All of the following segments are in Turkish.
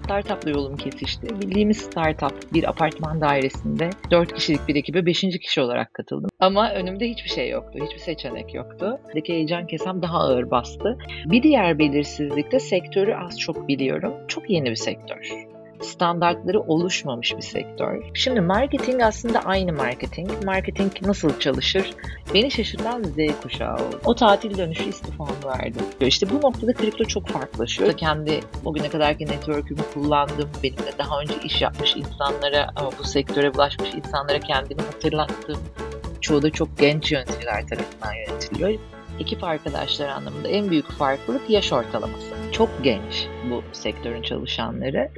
startup'la yolum kesişti. Bildiğimiz startup bir apartman dairesinde 4 kişilik bir ekibe 5. kişi olarak katıldım. Ama önümde hiçbir şey yoktu, hiçbir seçenek yoktu. Buradaki heyecan kesem daha ağır bastı. Bir diğer belirsizlik de sektörü az çok biliyorum. Çok yeni bir sektör. Standartları oluşmamış bir sektör. Şimdi marketing aslında aynı marketing. Marketing nasıl çalışır? Beni şaşırtan Z kuşağı oldu. O tatil dönüşü istifamı verdim. İşte bu noktada kripto çok farklılaşıyor. Kendi o güne kadarki network'ümü kullandım. Benimle daha önce iş yapmış insanlara ama bu sektöre bulaşmış insanlara kendimi hatırlattım. Çoğu da çok genç yöneticiler tarafından yönetiliyor. Ekip arkadaşları anlamında en büyük farklılık yaş ortalaması. Çok genç bu sektörün çalışanları.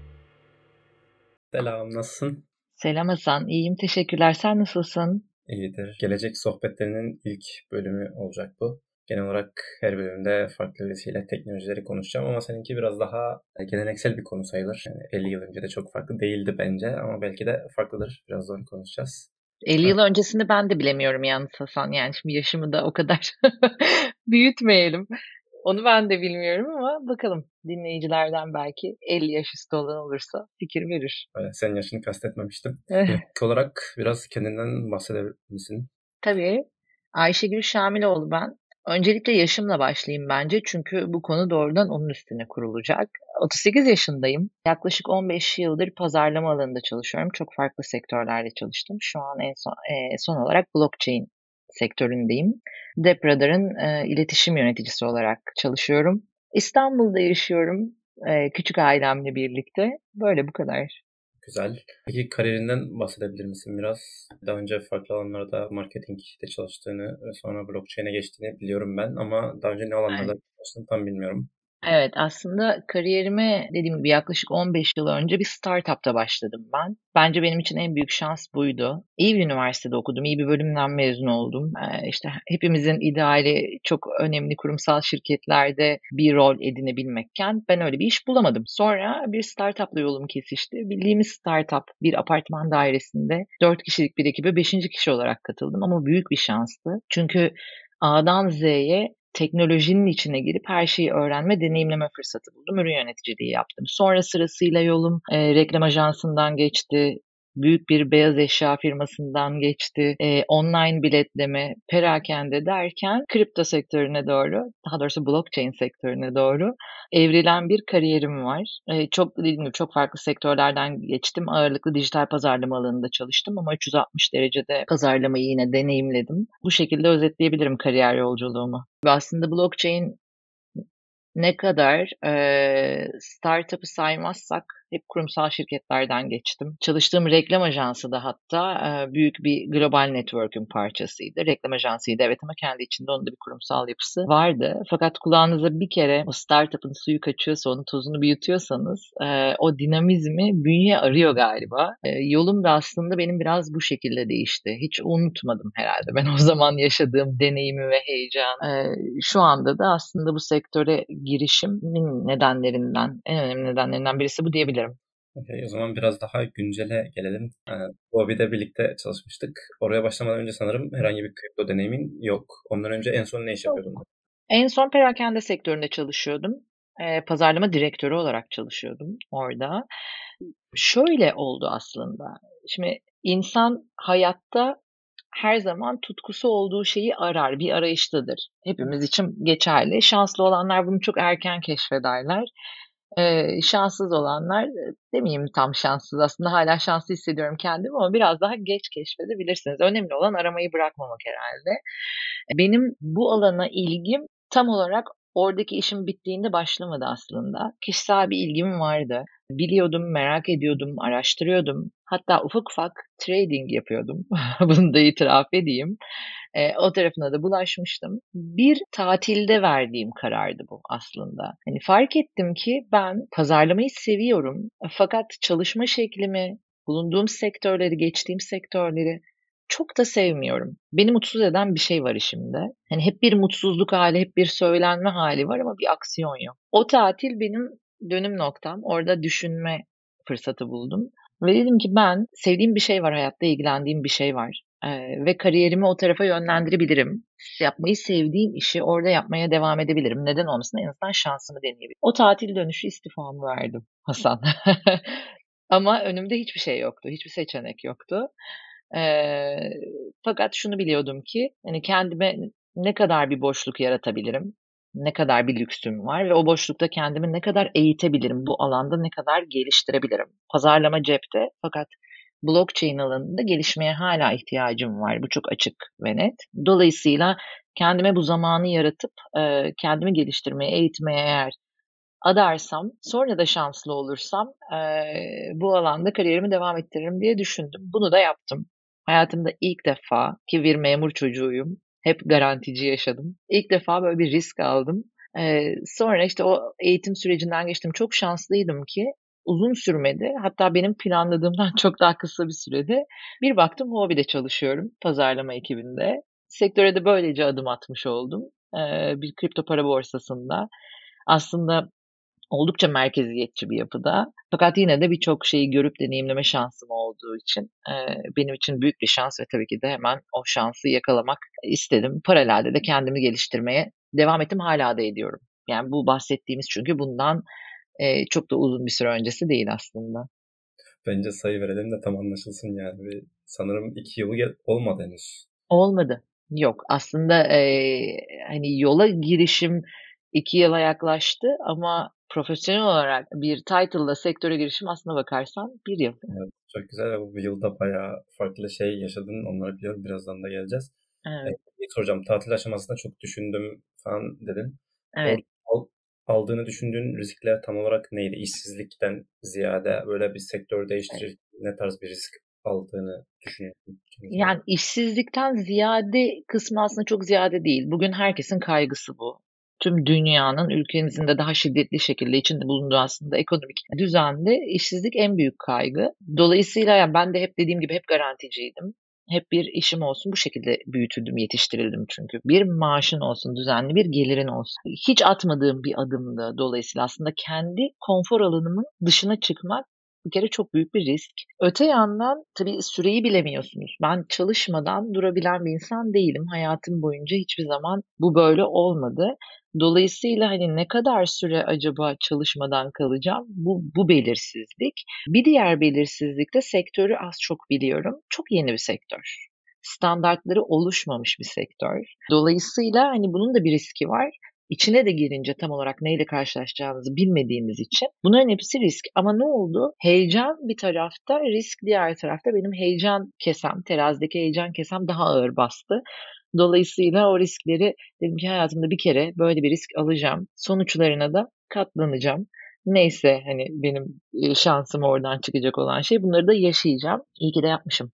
Selam, nasılsın? Selam Hasan, iyiyim teşekkürler. Sen nasılsın? İyidir. Gelecek sohbetlerinin ilk bölümü olacak bu. Genel olarak her bölümde farklı vesile teknolojileri konuşacağım ama seninki biraz daha geleneksel bir konu sayılır. Yani 50 yıl önce de çok farklı değildi bence ama belki de farklıdır. Biraz da onu konuşacağız. 50 yıl öncesini ben de bilemiyorum yalnız Hasan. Yani şimdi yaşımı da o kadar büyütmeyelim. Onu ben de bilmiyorum ama bakalım dinleyicilerden belki 50 yaş üstü olan olursa fikir verir. Öyle, senin yaşını kastetmemiştim. İlk olarak biraz kendinden bahsedebilir misin? Tabii. Ayşegül Şamiloğlu ben. Öncelikle yaşımla başlayayım bence çünkü bu konu doğrudan onun üstüne kurulacak. 38 yaşındayım. Yaklaşık 15 yıldır pazarlama alanında çalışıyorum. Çok farklı sektörlerde çalıştım. Şu an son olarak blockchain sektöründeyim. Depradar'ın iletişim yöneticisi olarak çalışıyorum. İstanbul'da yaşıyorum. Küçük ailemle birlikte. Böyle bu kadar. Güzel. Peki kariyerinden bahsedebilir misin biraz? Daha önce farklı alanlarda marketingde çalıştığını ve sonra blockchain'e geçtiğini biliyorum ben ama daha önce ne alanlarda çalıştığını tam bilmiyorum. Evet, aslında kariyerime dediğim gibi yaklaşık 15 yıl önce bir startup'ta başladım ben. Bence benim için en büyük şans buydu. İyi bir üniversitede okudum, iyi bir bölümden mezun oldum. İşte hepimizin ideali çok önemli kurumsal şirketlerde bir rol edinebilmekken ben öyle bir iş bulamadım. Sonra bir startup'la yolum kesişti. Bildiğimiz startup bir apartman dairesinde 4 kişilik bir ekibe 5. kişi olarak katıldım ama büyük bir şanstı. Çünkü A'dan Z'ye teknolojinin içine girip her şeyi öğrenme, deneyimleme fırsatı buldum. Ürün yöneticiliği yaptım. Sonra sırasıyla yolum reklam ajansından geçti. Büyük bir beyaz eşya firmasından geçti. Online biletleme, perakende derken kripto sektörüne doğru, daha doğrusu blockchain sektörüne doğru evrilen bir kariyerim var. Çok dediğim gibi çok farklı sektörlerden geçtim. Ağırlıklı dijital pazarlama alanında çalıştım ama 360 derecede pazarlamayı yine deneyimledim. Bu şekilde özetleyebilirim kariyer yolculuğumu. Ve aslında blockchain ne kadar startup'ı saymazsak hep kurumsal şirketlerden geçtim. Çalıştığım reklam ajansı da hatta büyük bir global network'ün parçasıydı. Reklam ajansıydı evet ama kendi içinde onun da bir kurumsal yapısı vardı. Fakat kulağınıza bir kere o startup'ın suyu kaçıyorsa, onun tozunu bir yutuyorsanız o dinamizmi bünye arıyor galiba. Yolum da aslında benim biraz bu şekilde değişti. Hiç unutmadım herhalde ben o zaman yaşadığım deneyimi ve heyecanı. Şu anda da aslında bu sektöre girişimin nedenlerinden, en önemli nedenlerinden birisi bu diyebilirim. Okay, o zaman biraz daha güncele gelelim. Huobi'de birlikte çalışmıştık. Oraya başlamadan önce sanırım herhangi bir kripto deneyimin yok. Ondan önce en son ne iş yapıyordun? En son perakende sektöründe çalışıyordum. Pazarlama direktörü olarak çalışıyordum orada. Şöyle oldu aslında. Şimdi insan hayatta her zaman tutkusu olduğu şeyi arar, bir arayıştadır. Hepimiz için geçerli. Şanslı olanlar bunu çok erken keşfederler. Şanssız olanlar, demeyeyim tam şanssız aslında hala şanslı hissediyorum kendimi ama biraz daha geç keşfedebilirsiniz. Önemli olan aramayı bırakmamak herhalde. Benim bu alana ilgim tam olarak oradaki işim bittiğinde başlamadı aslında. Kişisel bir ilgim vardı. Biliyordum, merak ediyordum, araştırıyordum. Hatta ufak ufak trading yapıyordum. Bunu da itiraf edeyim. O tarafına da bulaşmıştım. Bir tatilde verdiğim karardı bu aslında. Hani fark ettim ki ben pazarlamayı seviyorum. Fakat çalışma şeklimi, bulunduğum sektörleri, geçtiğim sektörleri çok da sevmiyorum. Beni mutsuz eden bir şey var işimde. Hani hep bir mutsuzluk hali, hep bir söylenme hali var ama bir aksiyon yok. O tatil benim dönüm noktam. Orada düşünme fırsatı buldum. Ve dedim ki ben sevdiğim bir şey var, hayatta ilgilendiğim bir şey var. Ve kariyerimi o tarafa yönlendirebilirim. Yapmayı sevdiğim işi orada yapmaya devam edebilirim. Neden olmasın? En azından şansımı deneyebilirim. O tatil dönüşü istifamı verdim Hasan. Ama önümde hiçbir şey yoktu. Hiçbir seçenek yoktu. Eee, Fakat şunu biliyordum ki, hani, kendime ne kadar bir boşluk yaratabilirim, ne kadar bir lüksüm var ve o boşlukta kendimi ne kadar eğitebilirim, bu alanda ne kadar geliştirebilirim. Pazarlama cepte fakat blockchain alanında gelişmeye hâlâ ihtiyacım var. Bu çok açık ve net. Dolayısıyla kendime bu zamanı yaratıp, kendimi geliştirmeye, eğitmeye eğer adarsam, sonra da şanslı olursam, bu alanda kariyerimi devam ettiririm diye düşündüm. Bunu da yaptım. Hayatımda ilk defa ki bir memur çocuğuyum, hep garantici yaşadım. İlk defa böyle bir risk aldım. Sonra, işte, o eğitim sürecinden geçtim. Çok şanslıydım ki uzun sürmedi. Hatta benim planladığımdan çok daha kısa bir sürede bir baktım Huobi'de çalışıyorum, pazarlama ekibinde. Sektöre de böylece adım atmış oldum. Bir kripto para borsasında. Aslında oldukça merkeziyetçi bir yapıda. Fakat yine de birçok şeyi görüp deneyimleme şansım olduğu için, benim için büyük bir şans ve tabii ki de hemen o şansı yakalamak istedim. Paralelde de kendimi geliştirmeye devam ettim, hâlâ da ediyorum. Yani bu bahsettiğimiz çünkü bundan, çok da uzun bir süre öncesi değil aslında. Bence sayı verelim de tam anlaşılsın yani. Sanırım 2 yılı olmadı henüz. Olmadı. Yok. Aslında, hani, yola girişim 2 yıla yaklaştı ama profesyonel olarak bir title'la sektöre girişim aslına bakarsan 1 yıl. Evet, çok güzel ve bu yılda bayağı farklı şey yaşadın. Onları biliyorum. Birazdan da geleceğiz. Evet, Şeyi soracağım. Tatil aşamasında çok düşündüm falan dedin. evet. Orada aldığını düşündüğün riskler tam olarak neydi? İşsizlikten ziyade böyle bir sektör değiştirir ne tarz bir risk aldığını düşünüyorsun kendi Yani, kendine? işsizlikten ziyade kısmı aslında çok ziyade değil. Bugün herkesin kaygısı bu. Tüm dünyanın, ülkemizin de daha şiddetli şekilde içinde bulunduğu aslında ekonomik düzende işsizlik en büyük kaygı. Dolayısıyla yani ben de hep dediğim gibi hep garanticiydim. Hep bir işim olsun, bu şekilde büyütüldüm, yetiştirildim çünkü. Bir maaşın olsun, düzenli bir gelirin olsun. Hiç atmadığım bir adımdı dolayısıyla aslında kendi konfor alanımın dışına çıkmak bir kere çok büyük bir risk. Öte yandan tabii süreyi bilemiyorsunuz. Ben çalışmadan durabilen bir insan değilim. Hayatım boyunca hiçbir zaman bu böyle olmadı. Dolayısıyla, hani, ne kadar süre acaba çalışmadan kalacağım? Bu belirsizlik. Bir diğer belirsizlik de sektörü az çok biliyorum. Çok yeni bir sektör. Standartları oluşmamış bir sektör. Dolayısıyla, hani, bunun da bir riski var. İçine de girince tam olarak neyle karşılaşacağımızı bilmediğimiz için bunların hepsi risk. Ama ne oldu? Heyecan bir tarafta, risk diğer tarafta. Benim heyecan kesem, terazideki heyecan kesem daha ağır bastı. Dolayısıyla o riskleri dedim ki hayatımda bir kere böyle bir risk alacağım. Sonuçlarına da katlanacağım. Neyse hani benim, şansıma oradan çıkacak olan şey bunları da yaşayacağım. İyi ki de yapmışım.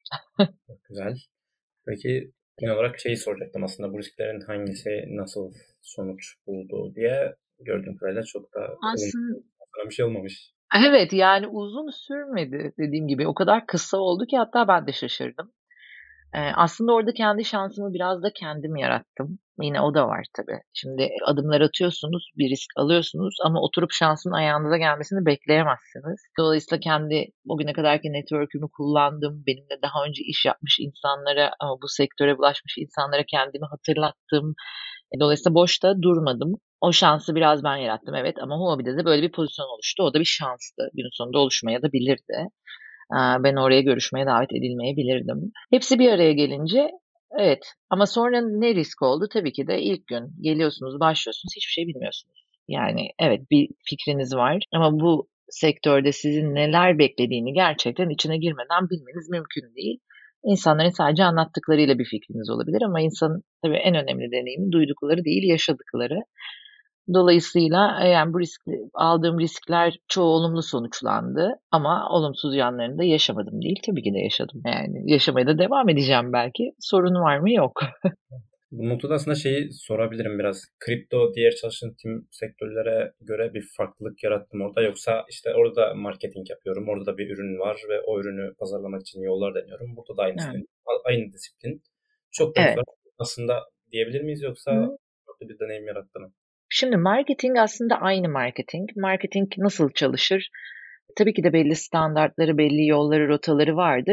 Çok güzel. Peki genel olarak şeyi soracaktım aslında bu risklerin hangisi nasıl sonuç buldu diye gördüğüm kadarıyla çok da Aslında bir şey olmamış. evet, yani uzun sürmedi dediğim gibi. O kadar kısa oldu ki hatta ben de şaşırdım. Aslında orada kendi şansımı biraz da kendim yarattım. Yine o da var tabii. Şimdi adımlar atıyorsunuz, bir risk alıyorsunuz ama oturup şansın ayağınıza gelmesini bekleyemezsiniz. Dolayısıyla kendi o güne kadarki network'ümü kullandım. Benimle daha önce iş yapmış insanlara, ama bu sektöre bulaşmış insanlara kendimi hatırlattım. Dolayısıyla boşta durmadım. O şansı biraz ben yarattım, evet, ama Huobi'de de böyle bir pozisyon oluştu. O da bir şanstı. Günün sonunda oluşmayabilirdi. Ben oraya görüşmeye davet edilmeyebilirdim. Hepsi bir araya gelince evet, ama sonra ne risk oldu? Tabii ki de ilk gün geliyorsunuz, başlıyorsunuz, hiçbir şey bilmiyorsunuz. Yani evet, bir fikriniz var ama bu sektörde sizin neler beklediğini gerçekten içine girmeden bilmeniz mümkün değil. İnsanların sadece anlattıklarıyla bir fikriniz olabilir ama insanın tabii en önemli deneyimi duydukları değil, yaşadıkları. Dolayısıyla, yani, aldığım riskler çoğu olumlu sonuçlandı ama olumsuz yanlarını da yaşamadım değil, tabii ki de yaşadım. Yani, yaşamaya da devam edeceğim belki. Sorun var mı? Yok. Bu noktada aslında şeyi sorabilirim biraz. Kripto diğer çalıştığın tüm sektörlere göre bir farklılık yarattım orada yoksa işte orada da marketing yapıyorum. Orada da bir ürün var ve o ürünü pazarlamak için yollar deniyorum. Burada da Evet. aynısını, aynı disiplin. Çok da bir Evet. fark aslında diyebilir miyiz Hı yoksa hı. farklı bir deneyim yarattı mı? Şimdi marketing aslında aynı marketing. Marketing nasıl çalışır? Tabii ki de belli standartları, belli yolları, rotaları vardır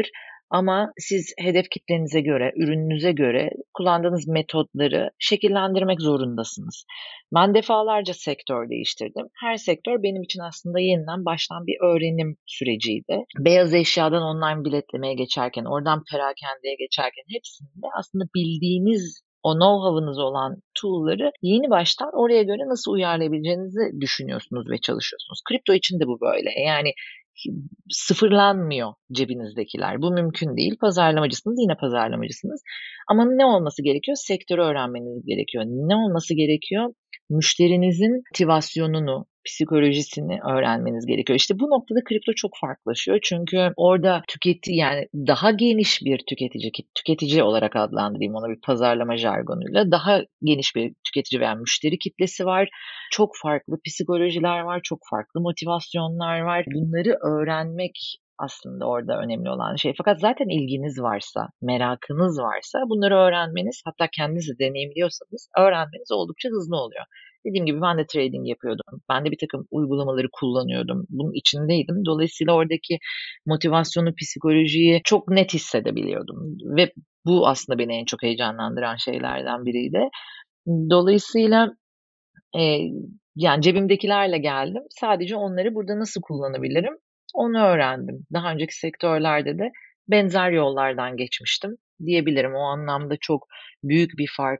Ama siz hedef kitlenize göre, ürününüze göre kullandığınız metotları şekillendirmek zorundasınız. Ben defalarca sektör değiştirdim. Her sektör benim için aslında yeniden baştan bir öğrenim süreciydi. Beyaz eşyadan online biletlemeye geçerken, oradan perakendeye geçerken hepsinde aslında bildiğiniz o know-how'ınız olan tool'ları yeni baştan oraya göre nasıl uyarlayabileceğinizi düşünüyorsunuz ve çalışıyorsunuz. Kripto için de bu böyle. Yani sıfırlanmıyor cebinizdekiler. Bu mümkün değil. Pazarlamacısınız, yine pazarlamacısınız. Ama ne olması gerekiyor? Sektörü öğrenmeniz gerekiyor. Ne olması gerekiyor? Müşterinizin motivasyonunu, psikolojisini öğrenmeniz gerekiyor. İşte bu noktada kripto çok farklılaşıyor. Çünkü orada yani daha geniş bir tüketici olarak adlandırayım onu bir pazarlama jargonuyla. Daha geniş bir tüketici veya müşteri kitlesi var. Çok farklı psikolojiler var, çok farklı motivasyonlar var. Bunları öğrenmek aslında orada önemli olan şey. Fakat zaten ilginiz varsa, merakınız varsa bunları öğrenmeniz, hatta kendiniz de deneyimliyorsanız öğrenmeniz oldukça hızlı oluyor. Dediğim gibi ben de trading yapıyordum. Ben de bir takım uygulamaları kullanıyordum. Bunun içindeydim. Dolayısıyla oradaki motivasyonu, psikolojiyi çok net hissedebiliyordum. Ve bu aslında beni en çok heyecanlandıran şeylerden biriydi. Dolayısıyla Eee, yani cebimdekilerle geldim. Sadece onları burada nasıl kullanabilirim, onu öğrendim. Daha önceki sektörlerde de benzer yollardan geçmiştim diyebilirim. O anlamda çok büyük bir fark,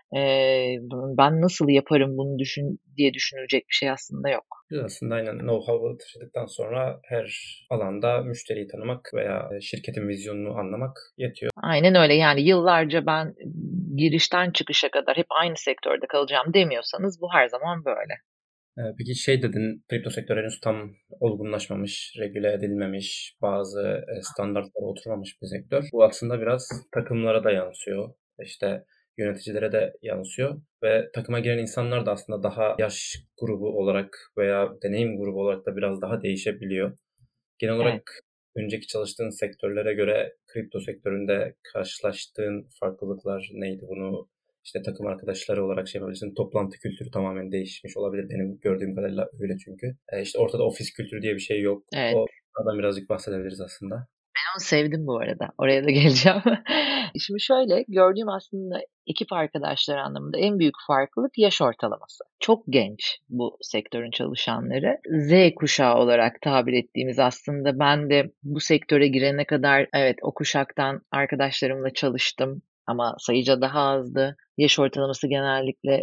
ben nasıl yaparım bunu diye düşünülecek bir şey aslında yok. Biz aslında aynen know-how'ı taşıdıktan sonra her alanda müşteriyi tanımak veya şirketin vizyonunu anlamak yetiyor. Aynen öyle. Yani yıllarca ben girişten çıkışa kadar hep aynı sektörde kalacağım demiyorsanız bu her zaman böyle. Peki şey dedin, kripto sektörü henüz tam olgunlaşmamış, regüle edilmemiş, bazı standartlara oturmamış bir sektör. Bu aslında biraz takımlara da yansıyor. İşte yöneticilere de yansıyor ve takıma giren insanlar da aslında daha yaş grubu olarak veya deneyim grubu olarak da biraz daha değişebiliyor. Genel Evet. olarak önceki çalıştığın sektörlere göre kripto sektöründe karşılaştığın farklılıklar neydi? Bunu işte takım arkadaşları olarak şey yapabilirsin. Toplantı kültürü tamamen değişmiş olabilir. Benim gördüğüm kadarıyla öyle çünkü. İşte ortada ofis kültürü diye bir şey yok. Evet. Ondan birazcık bahsedebiliriz aslında. Onu sevdim bu arada. Oraya da geleceğim. Şimdi şöyle, gördüğüm aslında ekip arkadaşları anlamında en büyük farklılık yaş ortalaması. Çok genç bu sektörün çalışanları. Z kuşağı olarak tabir ettiğimiz aslında ben de bu sektöre girene kadar evet o kuşaktan arkadaşlarımla çalıştım ama sayıca daha azdı. Yaş ortalaması genellikle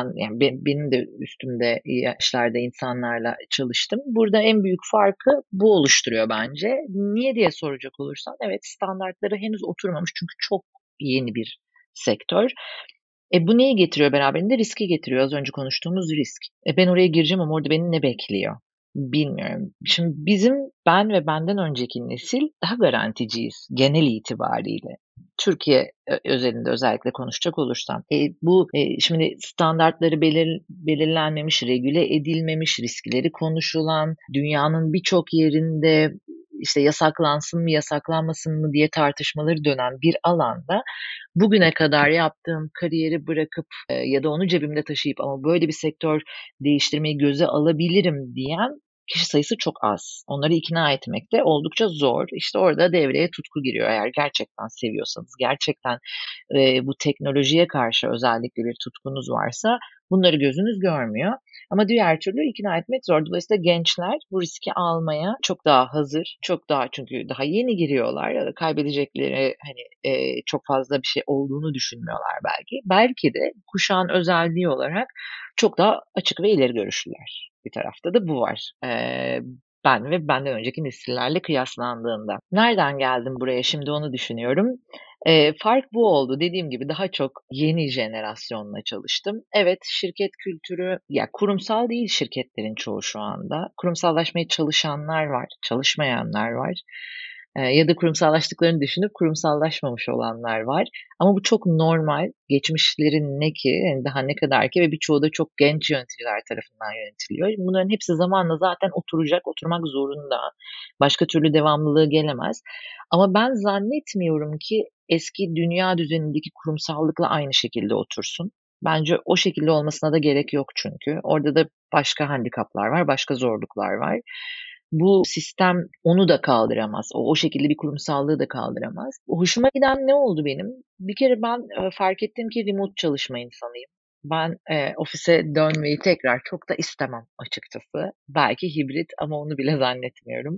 benim de üstümde yaşlarda insanlarla çalıştım. Burada en büyük farkı bu oluşturuyor bence. Niye diye soracak olursan, evet standartları henüz oturmamış çünkü çok yeni bir sektör. Bu neyi getiriyor beraberinde? Riski getiriyor. Az önce konuştuğumuz risk. Ben oraya gireceğim ama orada beni ne bekliyor? Bilmiyorum. Şimdi ben ve benden önceki nesil daha garanticiyiz genel itibariyle. Türkiye özelinde özellikle konuşacak olursam. Şimdi standartları belirlenmemiş, regüle edilmemiş, riskleri konuşulan, dünyanın birçok yerinde işte yasaklansın mı yasaklanmasın mı diye tartışmaları dönen bir alanda bugüne kadar yaptığım kariyeri bırakıp ya da onu cebimde taşıyıp ama böyle bir sektör değiştirmeyi göze alabilirim diyen kişi sayısı çok az. Onları ikna etmek de oldukça zor. İşte orada devreye tutku giriyor. Eğer gerçekten seviyorsanız, gerçekten bu teknolojiye karşı özellikle bir tutkunuz varsa bunları gözünüz görmüyor. Ama diğer türlü ikna etmek zor. Dolayısıyla gençler bu riski almaya çok daha hazır, çok daha çünkü daha yeni giriyorlar. Kaybedecekleri çok fazla bir şey olduğunu düşünmüyorlar belki. Belki de kuşağın özelliği olarak çok daha açık ve ileri görüşlüler. Bir tarafta da bu var. Ben ve benden önceki nesillerle kıyaslandığında. Nereden geldim buraya şimdi onu düşünüyorum. Fark bu oldu. Dediğim gibi daha çok yeni jenerasyonla çalıştım. Evet, şirket kültürü ya kurumsal değil şirketlerin çoğu şu anda. Kurumsallaşmaya çalışanlar var, çalışmayanlar var. Ya da kurumsallaştıklarını düşünüp kurumsallaşmamış olanlar var. Ama bu çok normal. Geçmişlerin ne ki, yani daha ne kadar ki ve birçoğu da çok genç yöneticiler tarafından yönetiliyor. Bunların hepsi zamanla zaten oturmak zorunda. Başka türlü devamlılığı gelemez. Ama ben zannetmiyorum ki eski dünya düzenindeki kurumsallıkla aynı şekilde otursun. Bence o şekilde olmasına da gerek yok çünkü. Orada da başka handikaplar var, başka zorluklar var. Bu sistem onu da kaldıramaz. O şekilde bir kurumsallığı da kaldıramaz. Hoşuma giden ne oldu benim? Bir kere ben, fark ettim ki remote çalışma insanıyım. Ben, ofise dönmeyi tekrar çok da istemem açıkçası. Belki hibrit ama onu bile zannetmiyorum.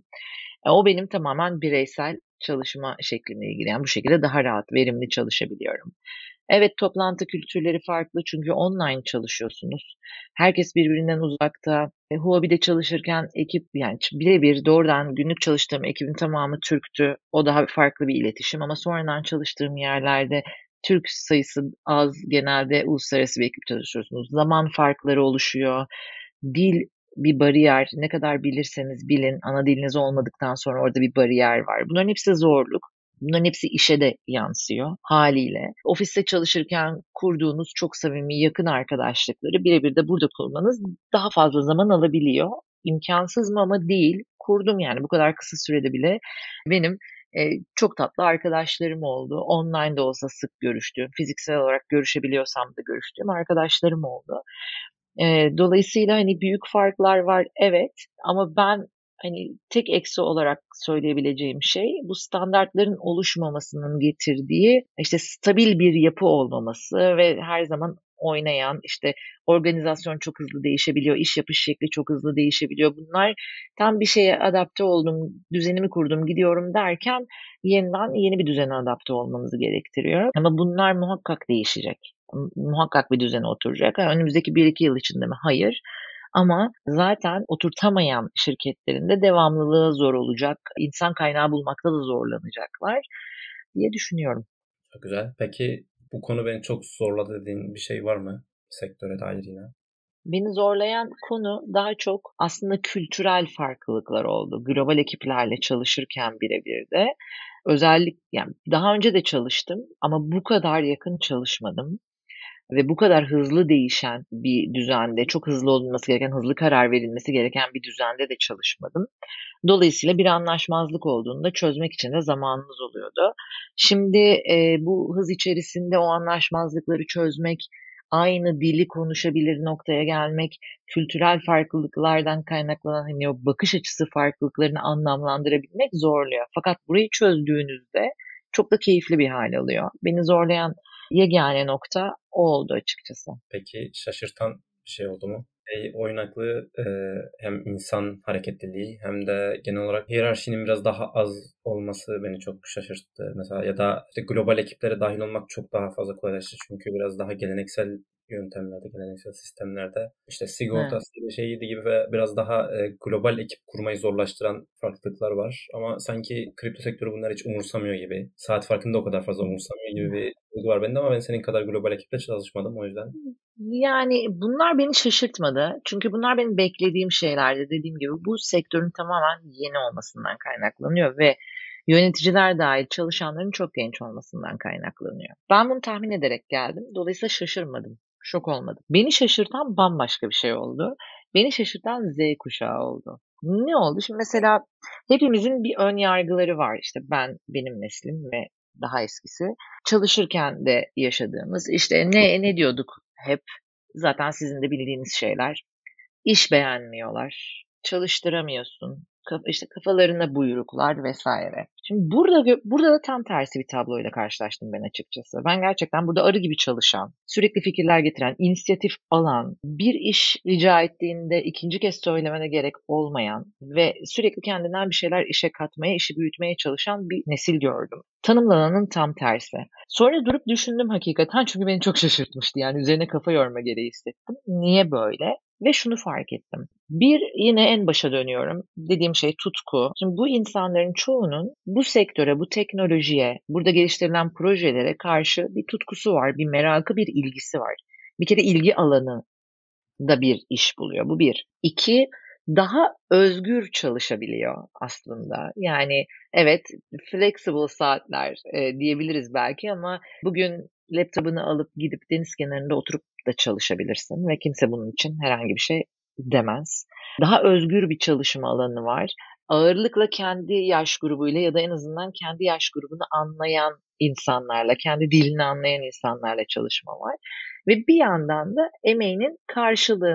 O benim tamamen bireysel çalışma şeklimle ilgili. Yani bu şekilde daha rahat, verimli çalışabiliyorum. Evet, toplantı kültürleri farklı çünkü online çalışıyorsunuz. Herkes birbirinden uzakta. Huobi'de çalışırken ekip yani birebir doğrudan günlük çalıştığım ekibin tamamı Türktü. O daha farklı bir iletişim ama sonradan çalıştığım yerlerde Türk sayısı az, genelde uluslararası bir ekip çalışıyorsunuz. Zaman farkları oluşuyor. Dil bir bariyer. Ne kadar bilirseniz bilin, ana diliniz olmadıktan sonra orada bir bariyer var. Bunların hepsi zorluk. Bunların hepsi işe de yansıyor hâliyle. Ofiste çalışırken kurduğunuz çok samimi, yakın arkadaşlıkları birebir de burada kurmanız daha fazla zaman alabiliyor. İmkânsız mı ama değil. Kurdum yani bu kadar kısa sürede bile benim, çok tatlı arkadaşlarım oldu. Online de olsa sık görüştüğüm, fiziksel olarak görüşebiliyorsam da görüştüğüm arkadaşlarım oldu. Dolayısıyla, hani, büyük farklar var, evet ama ben, hani, tek eksi olarak söyleyebileceğim şey bu standartların oluşmamasının getirdiği, işte, stabil bir yapı olmaması ve her zaman oynayan, işte, organizasyon çok hızlı değişebiliyor, iş yapış şekli çok hızlı değişebiliyor. Bunlar tam bir şeye adapte oldum, düzenimi kurdum, gidiyorum derken yeniden yeni bir düzene adapte olmanızı gerektiriyor ama bunlar muhakkak değişecek. Muhakkak bir düzene oturacak. Ha, önümüzdeki 1-2 yıl içinde mi? Hayır. Ama zaten oturtamayan şirketlerin de devamlılığı zor olacak. İnsan kaynağı bulmakta da zorlanacaklar diye düşünüyorum. Çok güzel. Peki bu konu beni çok zorladı dediğin bir şey var mı? Sektöre dair yine. Beni zorlayan konu daha çok aslında kültürel farklılıklar oldu. Global ekiplerle çalışırken birebir de. Yani daha önce de çalıştım ama bu kadar yakın çalışmadım. Ve bu kadar hızlı değişen bir düzende, çok hızlı olunması gereken, hızlı karar verilmesi gereken bir düzende de çalışmadım. Dolayısıyla bir anlaşmazlık olduğunda çözmek için de zamanımız oluyordu. Şimdi, bu hız içerisinde o anlaşmazlıkları çözmek, aynı dili konuşabilir noktaya gelmek, kültürel farklılıklardan kaynaklanan, hani, o bakış açısı farklılıklarını anlamlandırabilmek zorluyor. Fakat burayı çözdüğünüzde çok da keyifli bir hâl alıyor. Beni zorlayan yegâne nokta o oldu açıkçası. Peki şaşırtan bir şey oldu mu? Oynaklığı, hem insan hareketliliği hem de genel olarak hiyerarşinin biraz daha az olması beni çok şaşırttı. Mesela ya da işte global ekiplere dahil olmak çok daha fazla kolaylaştı. Çünkü biraz daha geleneksel yöntemlerde, geleneksel sistemlerde işte Evet. sigortasıydı, şeyiydi gibi ve biraz daha, global ekip kurmayı zorlaştıran farklılıklar var. Ama sanki kripto sektörü bunları hiç umursamıyor gibi. Saat farkını da o kadar fazla umursamıyor gibi bir duygu var bende ama ben senin kadar global ekiple çalışmadım o yüzden. Yani, bunlar beni şaşırtmadı. Çünkü bunlar benim beklediğim şeylerdi. Dediğim gibi bu sektörün tamamen yeni olmasından kaynaklanıyor ve yöneticiler dâhil çalışanların çok genç olmasından kaynaklanıyor. Ben bunu tahmin ederek geldim. Dolayısıyla şaşırmadım, şok olmadım. Beni şaşırtan bambaşka bir şey oldu. Beni şaşırtan Z kuşağı oldu. Ne oldu? Şimdi mesela hepimizin bir ön yargıları var. İşte benim neslim ve daha eskisi. Çalışırken de yaşadığımız, işte, ne diyorduk hep? Zaten sizin de bildiğiniz şeyler. İş beğenmiyorlar, çalıştıramıyorsun, işte, kafalarına buyruklar vs. Şimdi burada da tam tersi bir tabloyla karşılaştım ben açıkçası. Ben gerçekten burada arı gibi çalışan, sürekli fikirler getiren, inisiyatif alan, bir iş rica ettiğinde ikinci kez söylemene gerek olmayan ve sürekli kendinden bir şeyler işe katmaya, işi büyütmeye çalışan bir nesil gördüm. Tanımlananın tam tersi. Sonra durup düşündüm hakikaten çünkü beni çok şaşırtmıştı. Yani üzerine kafa yorma gereği hissettim. Niye böyle? Ve şunu fark ettim. Yine en başa dönüyorum. Dediğim şey tutku. Şimdi bu insanların çoğunun bu sektöre, bu teknolojiye, burada geliştirilen projelere karşı bir tutkusu var, bir merakı, bir ilgisi var. Bir kere ilgi alanı da bir iş buluyor. Bu bir. 2, daha özgür çalışabiliyor aslında. Yani evet, flexible saatler, diyebiliriz belki ama bugün laptop'unu alıp gidip deniz kenarında oturup da çalışabilirsin ve kimse bunun için herhangi bir şey demez. Daha özgür bir çalışma alanı var. Ağırlıkla kendi yaş grubuyla ya da en azından kendi yaş grubunu anlayan insanlarla, kendi dilini anlayan insanlarla çalışma var ve bir yandan da emeğinin karşılığını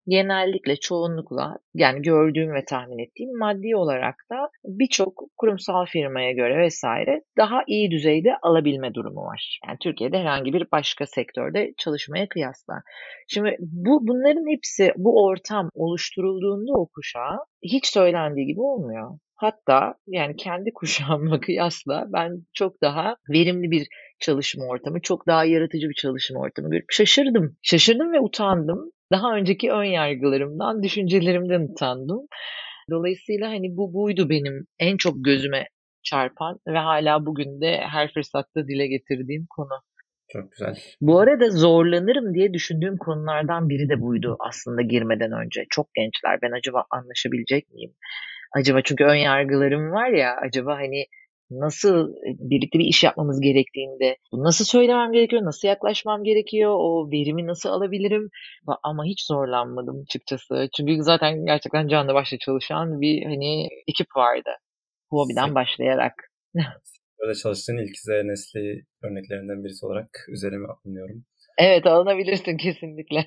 genellikle, çoğunlukla yani gördüğüm ve tahmin ettiğim maddi olarak da birçok kurumsal firmaya göre vesaire daha iyi düzeyde alabilme durumu var. Yani Türkiye'de herhangi bir başka sektörde çalışmaya kıyasla. Şimdi bunların hepsi, bu ortam oluşturulduğunda o kuşağa hiç söylendiği gibi olmuyor. Hatta yani kendi kuşağımla kıyasla ben çok daha verimli bir çalışma ortamı, çok daha yaratıcı bir çalışma ortamı görüp şaşırdım. Şaşırdım ve utandım. Daha önceki ön yargılarımdan, düşüncelerimden utandım. Dolayısıyla hani buydu benim en çok gözüme çarpan ve hala bugün de her fırsatta dile getirdiğim konu. Çok güzel. Bu arada zorlanırım diye düşündüğüm konulardan biri de buydu aslında girmeden önce. Çok gençler, ben acaba anlaşabilecek miyim? Acaba, çünkü ön yargılarım var ya, acaba hani nasıl birlikte bir iş yapmamız gerektiğinde bunu nasıl söylemem gerekiyor, nasıl yaklaşmam gerekiyor, o verimi nasıl alabilirim? Ama hiç zorlanmadım açıkçası. Çünkü zaten gerçekten canlı başla çalışan bir hani ekip vardı. Hobiden başlayarak. Sektörde çalıştığın ilk Z nesli örneklerinden birisi olarak üzerime alınıyorum. Evet, alınabilirsin kesinlikle.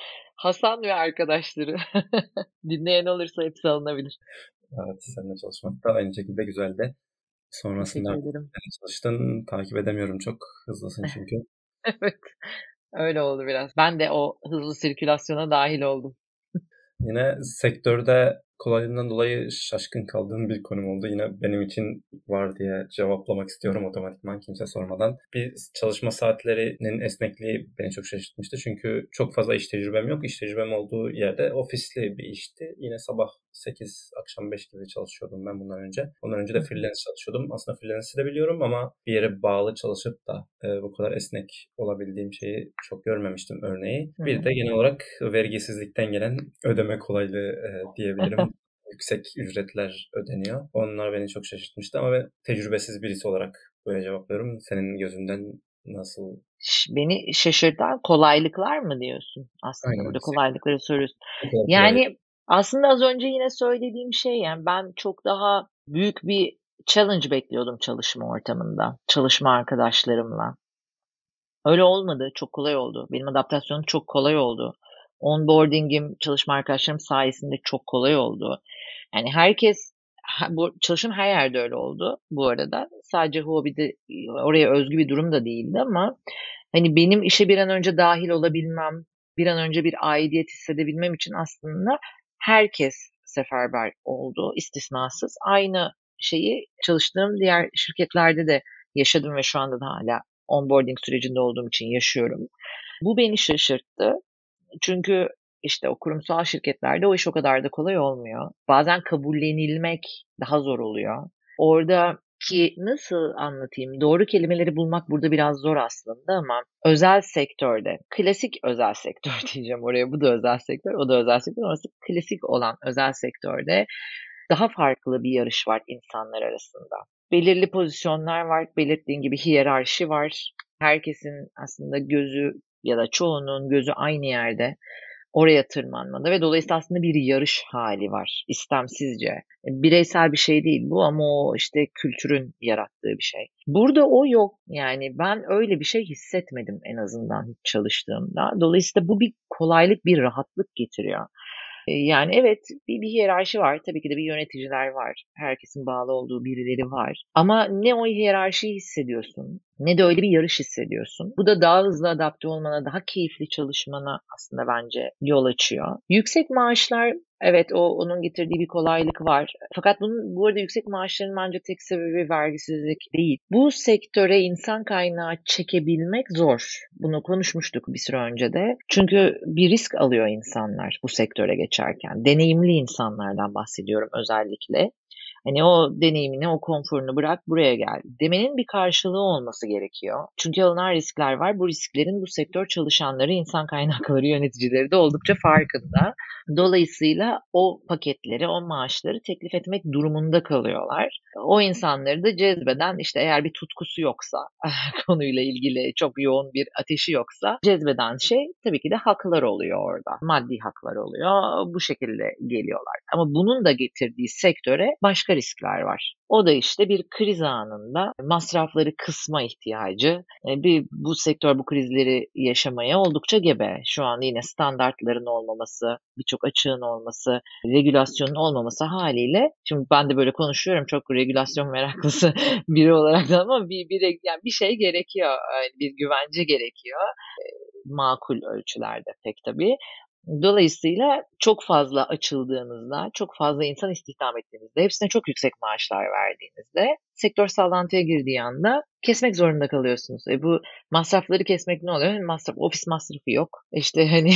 Hasan ve arkadaşları. Dinleyen olursa hepsi alınabilir. Evet, seninle çalışmak da aynı şekilde güzeldi. Sonrasında Teşekkür ederim. nerede çalıştın takip edemiyorum çok. Hızlısın çünkü. Evet, öyle oldu biraz. Ben de o hızlı sirkülasyona dahil oldum. Yine sektörde kolaylığından dolayı şaşkın kaldığım bir konum oldu. Yine benim için var diye cevaplamak istiyorum otomatikman kimse sormadan. Bir çalışma saatlerinin esnekliği beni çok şaşırtmıştı. Çünkü çok fazla iş tecrübem yok. İş tecrübem olduğu yerde ofisli bir işti. Yine sabah 8, akşam 5 gibi çalışıyordum ben bundan önce. Ondan önce Hı de hı. freelance çalışıyordum. Aslında freelance'i de biliyorum ama bir yere bağlı çalışıp da bu kadar esnek olabildiğim şeyi çok görmemiştim örneği. Hı Bir hı. de genel olarak vergisizlikten gelen ödeme kolaylığı diyebilirim. Yüksek ücretler ödeniyor. Onlar beni çok şaşırtmıştı ama ben tecrübesiz birisi olarak böyle cevaplıyorum. Senin gözünden nasıl? Beni şaşırtan kolaylıklar mı diyorsun? Aslında Aynen. burada kolaylıkları soruyorsun. Ne kadar kolay. Yani aslında az önce yine söylediğim şey, yani ben çok daha büyük bir challenge bekliyordum çalışma ortamında, çalışma arkadaşlarımla. Öyle olmadı, çok kolay oldu. Benim adaptasyonum çok kolay oldu. Onboarding'im çalışma arkadaşlarım sayesinde çok kolay oldu. Yani herkes, bu çalıştığım her yerde öyle oldu bu arada. Sadece Huobi'de oraya özgü bir durum da değildi ama hani benim işe bir an önce dahil olabilmem, bir an önce bir aidiyet hissedebilmem için aslında herkes seferber oldu, istisnasız. Aynı şeyi çalıştığım diğer şirketlerde de yaşadım ve şu anda da hala onboarding sürecinde olduğum için yaşıyorum. Bu beni şaşırttı. Çünkü işte o kurumsal şirketlerde o iş o kadar da kolay olmuyor. Bazen kabullenilmek daha zor oluyor. Oradaki, nasıl anlatayım? Doğru kelimeleri bulmak burada biraz zor aslında ama özel sektörde, klasik özel sektör diyeceğim oraya. Bu da özel sektör, o da özel sektör. Orası klasik olan özel sektörde daha farklı bir yarış var insanlar arasında. Belirli pozisyonlar var, belirttiğin gibi hiyerarşi var. Herkesin aslında gözü ya da çoğunun gözü aynı yerde, oraya tırmanmada ve dolayısıyla aslında bir yarış hali var istemsizce. Bireysel bir şey değil bu ama o işte kültürün yarattığı bir şey. Burada o yok. Yani ben öyle bir şey hissetmedim en azından hiç çalıştığımda. Dolayısıyla bu bir kolaylık, bir rahatlık getiriyor. Yani evet, bir hiyerarşi var. Tabii ki de bir yöneticiler var. Herkesin bağlı olduğu birileri var. Ama ne o hiyerarşiyi hissediyorsun, ne de öyle bir yarış hissediyorsun. Bu da daha hızlı adapte olmana, daha keyifli çalışmana aslında bence yol açıyor. Yüksek maaşlar, evet, onun getirdiği bir kolaylık var. Fakat bu arada yüksek maaşların bence tek sebebi vergisizlik değil. Bu sektöre insan kaynağı çekebilmek zor. Bunu konuşmuştuk bir süre önce de. Çünkü bir risk alıyor insanlar bu sektöre geçerken. Deneyimli insanlardan bahsediyorum özellikle. Hani o deneyimini, o konforunu bırak, buraya gel demenin bir karşılığı olması gerekiyor. Çünkü alınan riskler var. Bu risklerin bu sektör çalışanları, insan kaynakları yöneticileri de oldukça farkında. Dolayısıyla o paketleri, o maaşları teklif etmek durumunda kalıyorlar. O insanları da cezbeden, işte eğer bir tutkusu yoksa, konuyla ilgili çok yoğun bir ateşi yoksa, cezbeden şey tabii ki de haklar oluyor orada. Maddi haklar oluyor. Bu şekilde geliyorlar. Ama bunun da getirdiği sektöre başka başka riskler var. O da işte bir kriz anında masrafları kısma ihtiyacı. Bu sektör bu krizleri yaşamaya oldukça gebe. Şu an yine standartların olmaması, birçok açığın olması, regülasyonun olmaması haliyle. Şimdi ben de böyle konuşuyorum çok regülasyon meraklısı biri olarak da ama yani bir şey gerekiyor. Yani bir güvence gerekiyor. Makul ölçülerde pek tabii. Dolayısıyla çok fazla açıldığınızda, çok fazla insan istihdam ettiğinizde, hepsine çok yüksek maaşlar verdiğinizde sektör sallantıya girdiği anda kesmek zorunda kalıyorsunuz. Bu masrafları kesmek ne oluyor? Ofis masrafı yok. İşte hani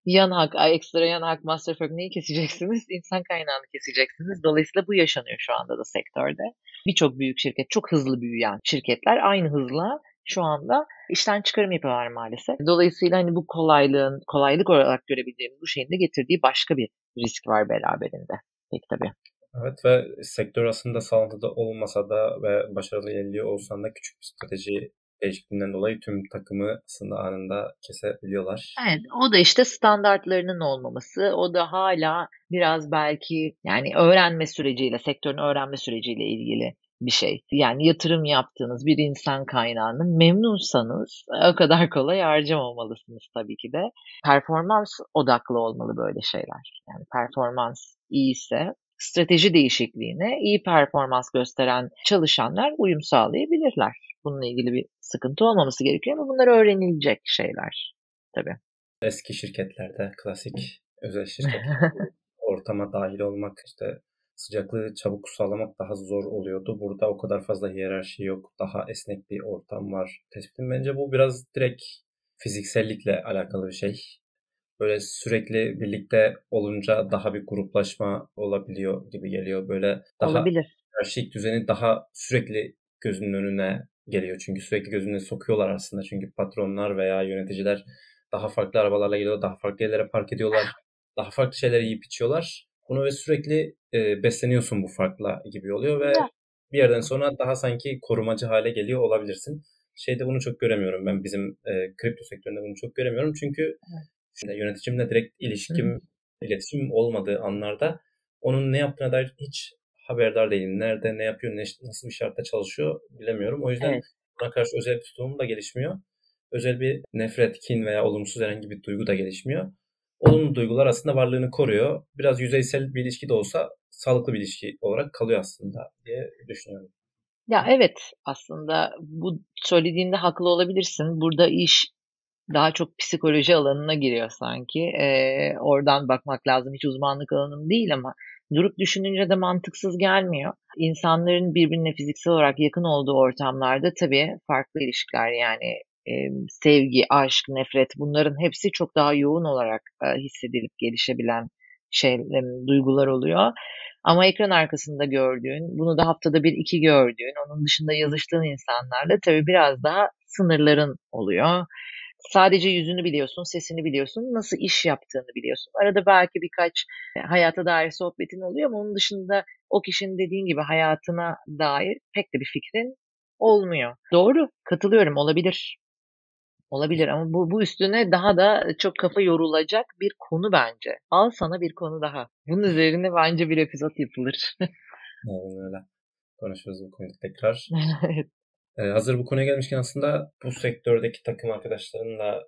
ekstra yan hak masraf yok. Neyi keseceksiniz? İnsan kaynağını keseceksiniz. Dolayısıyla bu yaşanıyor şu anda da sektörde. Birçok büyük şirket, çok hızlı büyüyen şirketler aynı hızla şu anda işten çıkarım yapıyorlar maalesef. Dolayısıyla hani bu kolaylık olarak görebileceğimiz bu şeyin de getirdiği başka bir risk var beraberinde. Pek tabii. Evet ve sektör aslında sallantıda olmasa da ve başarılı ilerliyor olsan da küçük bir strateji değişikliğinden dolayı tüm takımı aslında anında kesebiliyorlar. Evet, o da işte standartlarının olmaması, o da hala biraz belki yani sektörün öğrenme süreciyle ilgili bir şey. Yani yatırım yaptığınız bir insan kaynağını memnunsanız o kadar kolay harcamamalısınız tabii ki de. Performans odaklı olmalı böyle şeyler. Yani performans iyiyse strateji değişikliğine iyi performans gösteren çalışanlar uyum sağlayabilirler. Bununla ilgili bir sıkıntı olmaması gerekiyor ama bunlar öğrenilecek şeyler tabii. Eski şirketlerde, klasik özel şirketler ortama dahil olmak, işte sıcaklığı çabuk sağlamak daha zor oluyordu. Burada o kadar fazla hiyerarşi yok. Daha esnek bir ortam var. Tespitim bence bu biraz direkt fiziksellikle alakalı bir şey. Böyle sürekli birlikte olunca daha bir gruplaşma olabiliyor gibi geliyor. Böyle daha Olabilir. hiyerarşik düzeni daha sürekli gözünün önüne geliyor. Çünkü sürekli gözüne sokuyorlar aslında. Çünkü patronlar veya yöneticiler daha farklı arabalarla geliyor, daha farklı yerlere park ediyorlar, daha farklı şeyler yiyip içiyorlar. Bunu ve sürekli besleniyorsun bu farkla gibi oluyor ve Ya. bir yerden sonra daha sanki korumacı hale geliyor olabilirsin. Şeyde bunu çok göremiyorum ben bizim kripto sektöründe bunu çok göremiyorum çünkü Evet. yöneticimle direkt Hı hı. iletişim olmadığı anlarda onun ne yaptığına dair hiç haberdar değilim. Nerede, ne yapıyor, nasıl bir şartta çalışıyor bilemiyorum. O yüzden Evet. buna karşı özel bir tutumum da gelişmiyor. Özel bir nefret, kin veya olumsuz herhangi bir duygu da gelişmiyor. Olumlu duygular aslında varlığını koruyor. Biraz yüzeysel bir ilişki de olsa sağlıklı bir ilişki olarak kalıyor aslında diye düşünüyorum. Ya, evet, aslında bu söylediğinde haklı olabilirsin. Burada iş daha çok psikoloji alanına giriyor sanki. Oradan bakmak lazım. Hiç uzmanlık alanım değil ama durup düşününce de mantıksız gelmiyor. İnsanların birbirine fiziksel olarak yakın olduğu ortamlarda tabii farklı ilişkiler yani sevgi, aşk, nefret bunların hepsi çok daha yoğun olarak hissedilip gelişebilen duygular oluyor. Ama ekran arkasında gördüğün, bunu da haftada bir iki gördüğün, onun dışında yazıştığın insanlarla tabii biraz daha sınırların oluyor. Sadece yüzünü biliyorsun, sesini biliyorsun, nasıl iş yaptığını biliyorsun. Arada belki birkaç hayata dair sohbetin oluyor ama onun dışında o kişinin dediğin gibi hayatına dair pek de bir fikrin olmuyor. Doğru, katılıyorum, olabilir. Olabilir ama bu üstüne daha da çok kafa yorulacak bir konu bence. Al sana bir konu daha. Bunun üzerine bence bir epizod yapılır. Aynen öyle. Konuşuruz bu konuyu tekrar. Evet. Hazır bu konuya gelmişken aslında bu sektördeki takım arkadaşlarınla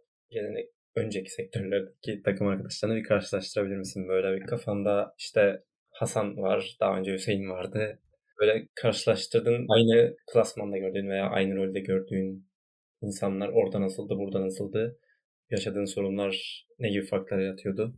önceki sektörlerdeki takım arkadaşlarını bir karşılaştırabilir misin? Böyle bir kafanda işte Hasan var, daha önce Hüseyin vardı. Böyle karşılaştırdın, aynı klasmanda gördüğün veya aynı rolde gördüğün insanlar orada nasıldı, burada nasıldı? Yaşadığın sorunlar ne gibi farklar yaratıyordu?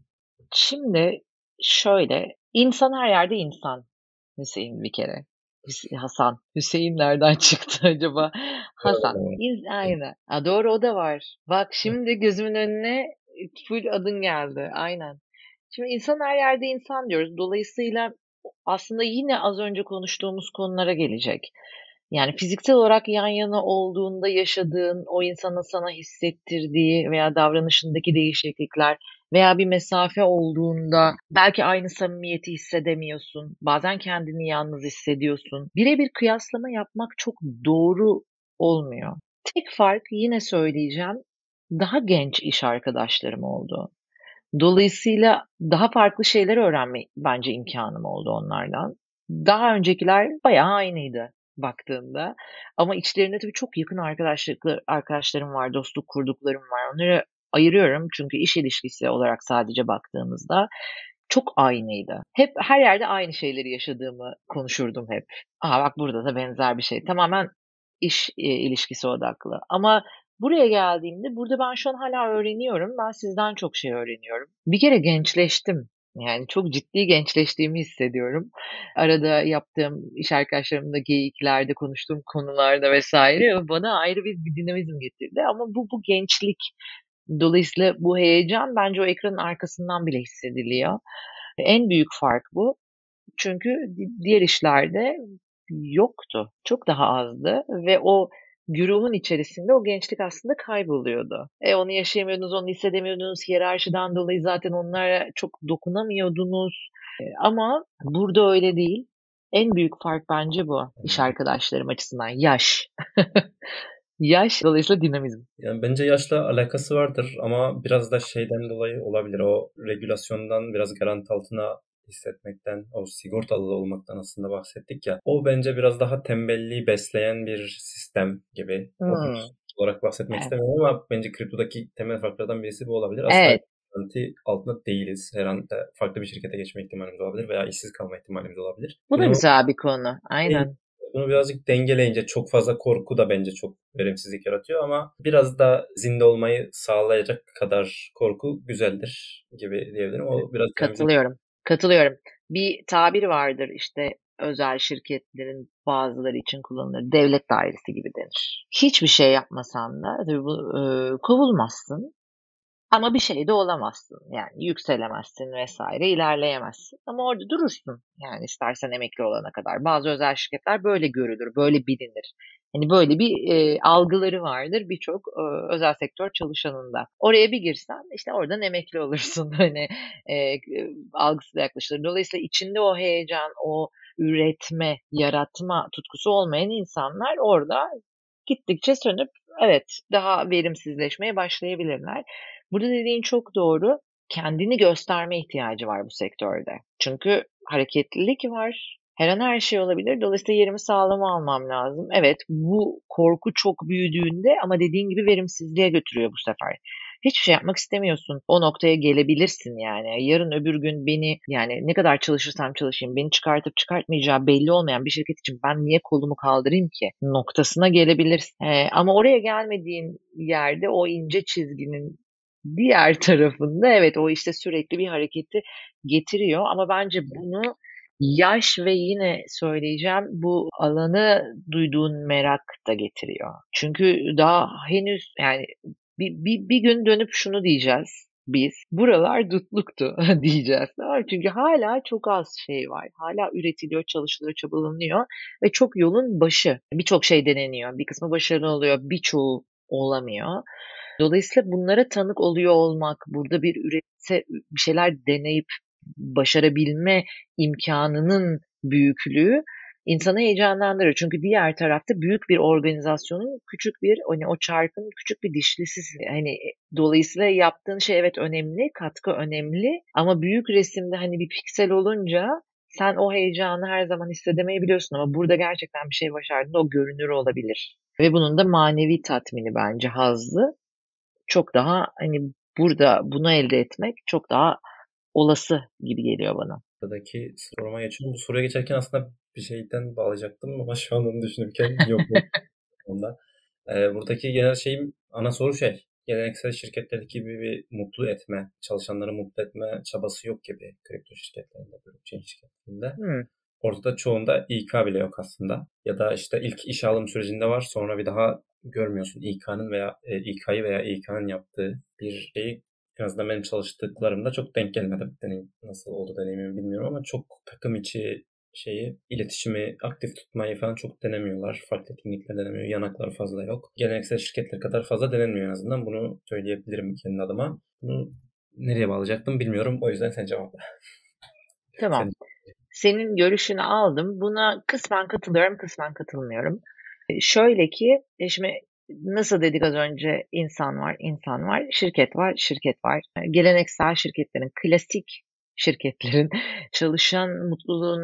Şimdi şöyle, insan her yerde insan Hüseyin bir kere. Hasan. Hüseyin nereden çıktı acaba? Hasan. Aynen. Doğru o da var. Bak şimdi gözümün önüne full adın geldi. Aynen. Şimdi insan her yerde insan diyoruz. Dolayısıyla aslında yine az önce konuştuğumuz konulara gelecek. Yani fiziksel olarak yan yana olduğunda yaşadığın, o insanın sana hissettirdiği veya davranışındaki değişiklikler veya bir mesafe olduğunda belki aynı samimiyeti hissedemiyorsun. Bazen kendini yalnız hissediyorsun. Birebir kıyaslama yapmak çok doğru olmuyor. Tek fark yine söyleyeceğim, daha genç iş arkadaşlarım oldu. Dolayısıyla daha farklı şeyler öğrenme bence imkânım oldu onlardan. Daha öncekiler bayağı aynıydı baktığında ama içlerinde tabii çok yakın arkadaşlarım var, dostluk kurduklarım var. Onları ayırıyorum çünkü iş ilişkisi olarak sadece baktığımızda çok aynıydı. Hep her yerde aynı şeyleri yaşadığımı konuşurdum hep. A, bak burada da benzer bir şey. Tamamen iş, ilişkisi odaklı ama buraya geldiğimde burada ben şu an hâlâ öğreniyorum. Ben sizden çok şey öğreniyorum. Bir kere gençleştim. Yani çok ciddi gençleştiğimi hissediyorum. Arada yaptığım iş arkadaşlarımla geyiklerde, konuştuğum konularda vs. bana ayrı bir dinamizm getirdi ama bu gençlik. Dolayısıyla bu heyecan bence o ekranın arkasından bile hissediliyor. En büyük fark bu. Çünkü diğer işlerde yoktu. Çok daha azdı ve o güruhun içerisinde o gençlik aslında kayboluyordu. Onu yaşayamıyordunuz, onu hissedemiyordunuz. Hiyerarşiden dolayı zaten onlara çok dokunamıyordunuz. Ama burada öyle değil. En büyük fark bence bu iş Anladım. arkadaşlarım açısından. Yaş. Yaş, dolayısıyla dinamizm. Yani bence yaşla alakası vardır ama biraz da şeyden dolayı olabilir. O regülasyondan biraz garanti altına hissetmekten, o sigortalı olmaktan aslında bahsettik ya. O bence biraz daha tembelliği besleyen bir sistem gibi. O Hımm. olarak bahsetmek Evet. istemiyorum ama bence kriptodaki temel farklardan birisi bu olabilir. Asla Evet, garanti altında değiliz. Her an farklı bir şirkete geçme ihtimalimiz olabilir veya işsiz kalma ihtimalimiz olabilir. bu da güzel bir konu. Aynen. Bunu birazcık dengeleyince çok fazla korku da bence çok verimsizlik yaratıyor ama biraz da zinde olmayı sağlayacak kadar korku güzeldir gibi diyebilirim. O biraz dinamizm. Katılıyorum, katılıyorum. Bir tabir vardır, işte, özel şirketlerin bazıları için kullanılır. Devlet dairesi gibi denir. Hiçbir şey yapmasan da tabii bu, kovulmazsın. Ama bir şey de olamazsın. Yani yükselemezsin vesaire, ilerleyemezsin ama orada durursun. Yani istersen emekli olana kadar. Bazı özel şirketler böyle görülür, böyle bilinir. Hani böyle bir, algıları vardır birçok, özel sektör çalışanında. Oraya bir girsen, işte, oradan emekli olursun. Hani, algısıyla yaklaşılır. Dolayısıyla içinde o heyecan, o üretme, yaratma tutkusu olmayan insanlar orada gittikçe sönüp evet, daha verimsizleşmeye başlayabilirler. Burada dediğin çok doğru. Kendini gösterme ihtiyacı var bu sektörde. Çünkü hareketlilik var. Her an her şey olabilir. Dolayısıyla yerimi sağlama almam lazım. Evet, bu korku çok büyüdüğünde ama dediğin gibi verimsizliğe götürüyor bu sefer. Hiçbir şey yapmak istemiyorsun. O noktaya gelebilirsin yani. Yarın öbür gün beni yani ne kadar çalışırsam çalışayım beni çıkartıp çıkartmayacağı belli olmayan bir şirket için ben niye kolumu kaldırayım ki noktasına gelebilirsin. Ama oraya gelmediğin yerde o ince çizginin diğer tarafında evet o işte sürekli bir hareketi getiriyor ama bence bunu yaş ve yine söyleyeceğim bu alanı duyduğun merak da getiriyor. Çünkü daha henüz yani bir gün dönüp şunu diyeceğiz biz, buralar dutluktu diyeceğiz. Tamam mı? Çünkü hala çok az şey var. Hala üretiliyor, çalışılıyor, çabalanıyor ve çok yolun başı. Birçok şey deneniyor. Bir kısmı başarılı oluyor, birçoğu olamıyor. Dolayısıyla bunlara tanık oluyor olmak, burada bir şeyler deneyip başarabilme imkânının büyüklüğü insanı heyecanlandırır. Çünkü diğer tarafta büyük bir organizasyonun küçük bir, hani, o çarkın küçük bir dişlisisin. Hani, dolayısıyla yaptığın şey evet önemli, katkı önemli ama büyük resimde, hani, bir piksel olunca sen o heyecanı her zaman hissedemeyebiliyorsun ama burada gerçekten bir şey başardığında o görünür olabilir ve bunun da manevi tatmini bence, hazzı çok daha, hani, burada bunu elde etmek çok daha olası gibi geliyor bana. Buradaki soruma geçiyorum. Bu soruya geçerken aslında bir şeyden bağlayacaktım ama şu an onu düşünürken yok onda. Buradaki genel şeyim, ana soru şey, geleneksel şirketlerdeki gibi bir mutlu etme, çalışanları mutlu etme çabası yok gibi kripto şirketlerinde, blockchain şirketlerinde. Hımm. Ortada çoğunda İK bile yok aslında. Ya da işte ilk iş alım sürecinde var, sonra bir daha görmüyorsun İK'nın veya İK'yı veya İK'nın yaptığı bir şeyi. En azından benim çalıştıklarımda çok denk gelmedim. Nasıl oldu deneyimimi bilmiyorum ama çok takım içi şeyi, iletişimi aktif tutmayı falan çok denemiyorlar. Farklı etkinlikler denemiyor. Yanaklar fazla yok. Geleneksel şirketler kadar fazla denenmiyor en azından. Bunu söyleyebilirim kendi adıma. Bunu nereye bağlayacaktım bilmiyorum. O yüzden sen cevapla. Tamam. Sen... Senin görüşünü aldım. Buna kısmen katılıyorum, kısmen katılmıyorum. Şöyle ki, şimdi nasıl dedik az önce insan var, insan var, şirket var, şirket var. Geleneksel şirketlerin, klasik şirketlerin çalışan mutluluğuna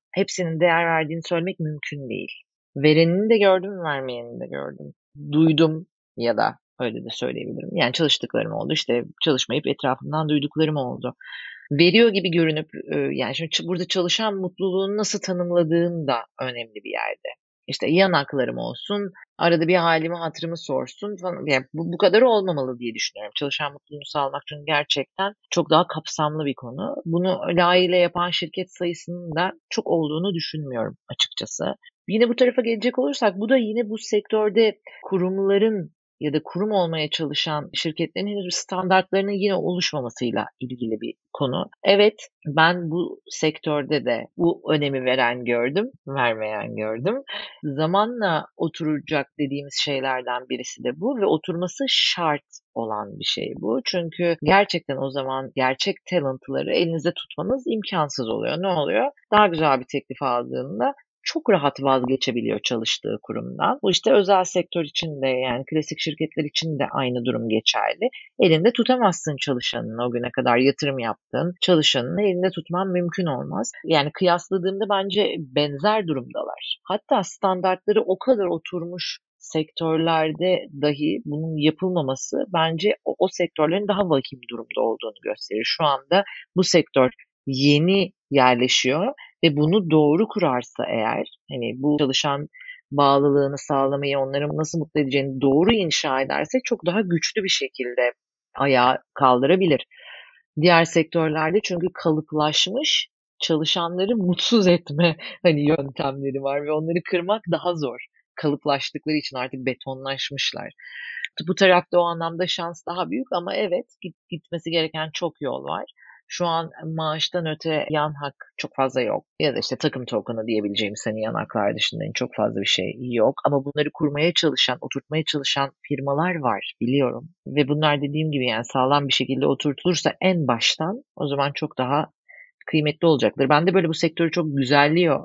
hepsinin değer verdiğini söylemek mümkün değil. Verenini de gördüm, vermeyeni de gördüm. Duydum ya da öyle de söyleyebilirim. Yani çalıştıklarım oldu. İşte çalışmayıp etrafımdan duyduklarım oldu. Veriyor gibi görünüp yani şimdi burada çalışan mutluluğunu nasıl tanımladığın da önemli bir yerde. İşte yanaklarım olsun, arada bir halimi hatırımı sorsun falan. Yani bu kadar olmamalı diye düşünüyorum. Çalışan mutluluğunu sağlamak çünkü gerçekten çok daha kapsamlı bir konu. Bunu layığıyla yapan şirket sayısının da çok olduğunu düşünmüyorum açıkçası. Yine bu tarafa gelecek olursak bu da yine bu sektörde kurumların ya da kurum olmaya çalışan şirketlerin henüz standartlarının yine oluşmamasıyla ilgili bir konu. Evet, ben bu sektörde de bu önemi veren gördüm, vermeyen gördüm. Zamanla oturacak dediğimiz şeylerden birisi de bu ve oturması şart olan bir şey bu. Çünkü gerçekten o zaman gerçek talentları elinizde tutmanız imkansız oluyor. Ne oluyor? Daha güzel bir teklif aldığında çok rahat vazgeçebiliyor çalıştığı kurumdan. Bu işte özel sektör için de yani klasik şirketler için de aynı durum geçerli. Elinde tutamazsın çalışanını, o güne kadar yatırım yaptığın çalışanını elinde tutman mümkün olmaz. Yani kıyasladığımda bence benzer durumdalar. Hatta standartları o kadar oturmuş sektörlerde dahi bunun yapılmaması bence o sektörlerin daha vahim durumda olduğunu gösterir. Şu anda bu sektör yeni yerleşiyor ve bunu doğru kurarsa eğer, hani bu çalışan bağlılığını sağlamayı, onları nasıl mutlu edeceğini doğru inşa ederse çok daha güçlü bir şekilde ayağa kaldırabilir. Diğer sektörlerde çünkü kalıplaşmış çalışanları mutsuz etme hani yöntemleri var ve onları kırmak daha zor. Kalıplaştıkları için artık betonlaşmışlar. Bu tarafta o anlamda şans daha büyük ama evet gitmesi gereken çok yol var. Şu an maaştan öte yan hak çok fazla yok. Ya da işte takım token'ı diyebileceğimiz hani yan haklar dışında çok fazla bir şey yok. Ama bunları kurmaya çalışan, oturtmaya çalışan firmalar var biliyorum. Ve bunlar dediğim gibi yani sağlam bir şekilde oturtulursa en baştan o zaman çok daha kıymetli olacaktır. Ben de böyle bu sektörü çok güzelliyor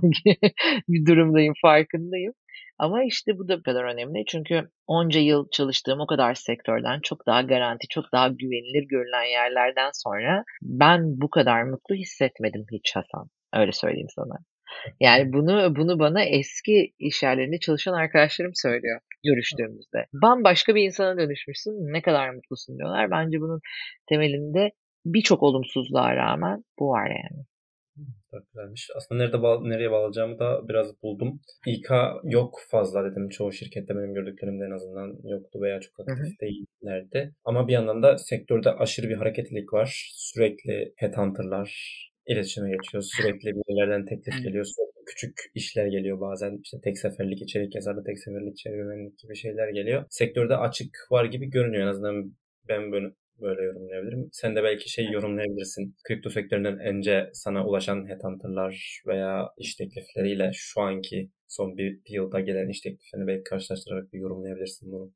bir durumdayım, farkındayım. Ama işte bu da bu kadar önemli. Çünkü onca yıl çalıştığım o kadar sektörden çok daha garanti, çok daha güvenilir görülen yerlerden sonra ben bu kadar mutlu hissetmedim hiç Hasan. Öyle söyleyeyim sana. Yani bunu bana eski iş yerlerinde çalışan arkadaşlarım söylüyor görüştüğümüzde. Bambaşka bir insana dönüşmüşsün, ne kadar mutlusun diyorlar. Bence bunun temelinde birçok olumsuzluğa rağmen bu var yani. Çok güzelmiş. Aslında nereye bağlayacağımı da biraz buldum. İK yok fazla dedim. Çoğu şirkette benim gördüklerimde en azından yoktu veya çok Hı aktif hı. değillerdi. Ama bir yandan da sektörde aşırı bir hareketlilik var. Sürekli headhunter'lar iletişime geçiyor. Sürekli birilerden teklif Evet. geliyor. Sürekli küçük işler geliyor bazen. İşte tek seferlik içerik yazarı, tek seferlik çevirmenlik gibi şeyler geliyor. Sektörde açık var gibi görünüyor. En azından ben böyle yorumlayabilirim. Sen de belki yorumlayabilirsin. Kripto sektöründen önce sana ulaşan headhunter'lar veya iş teklifleriyle şu anki son bir yılda gelen iş tekliflerini belki karşılaştırarak bir yorumlayabilirsin bunu.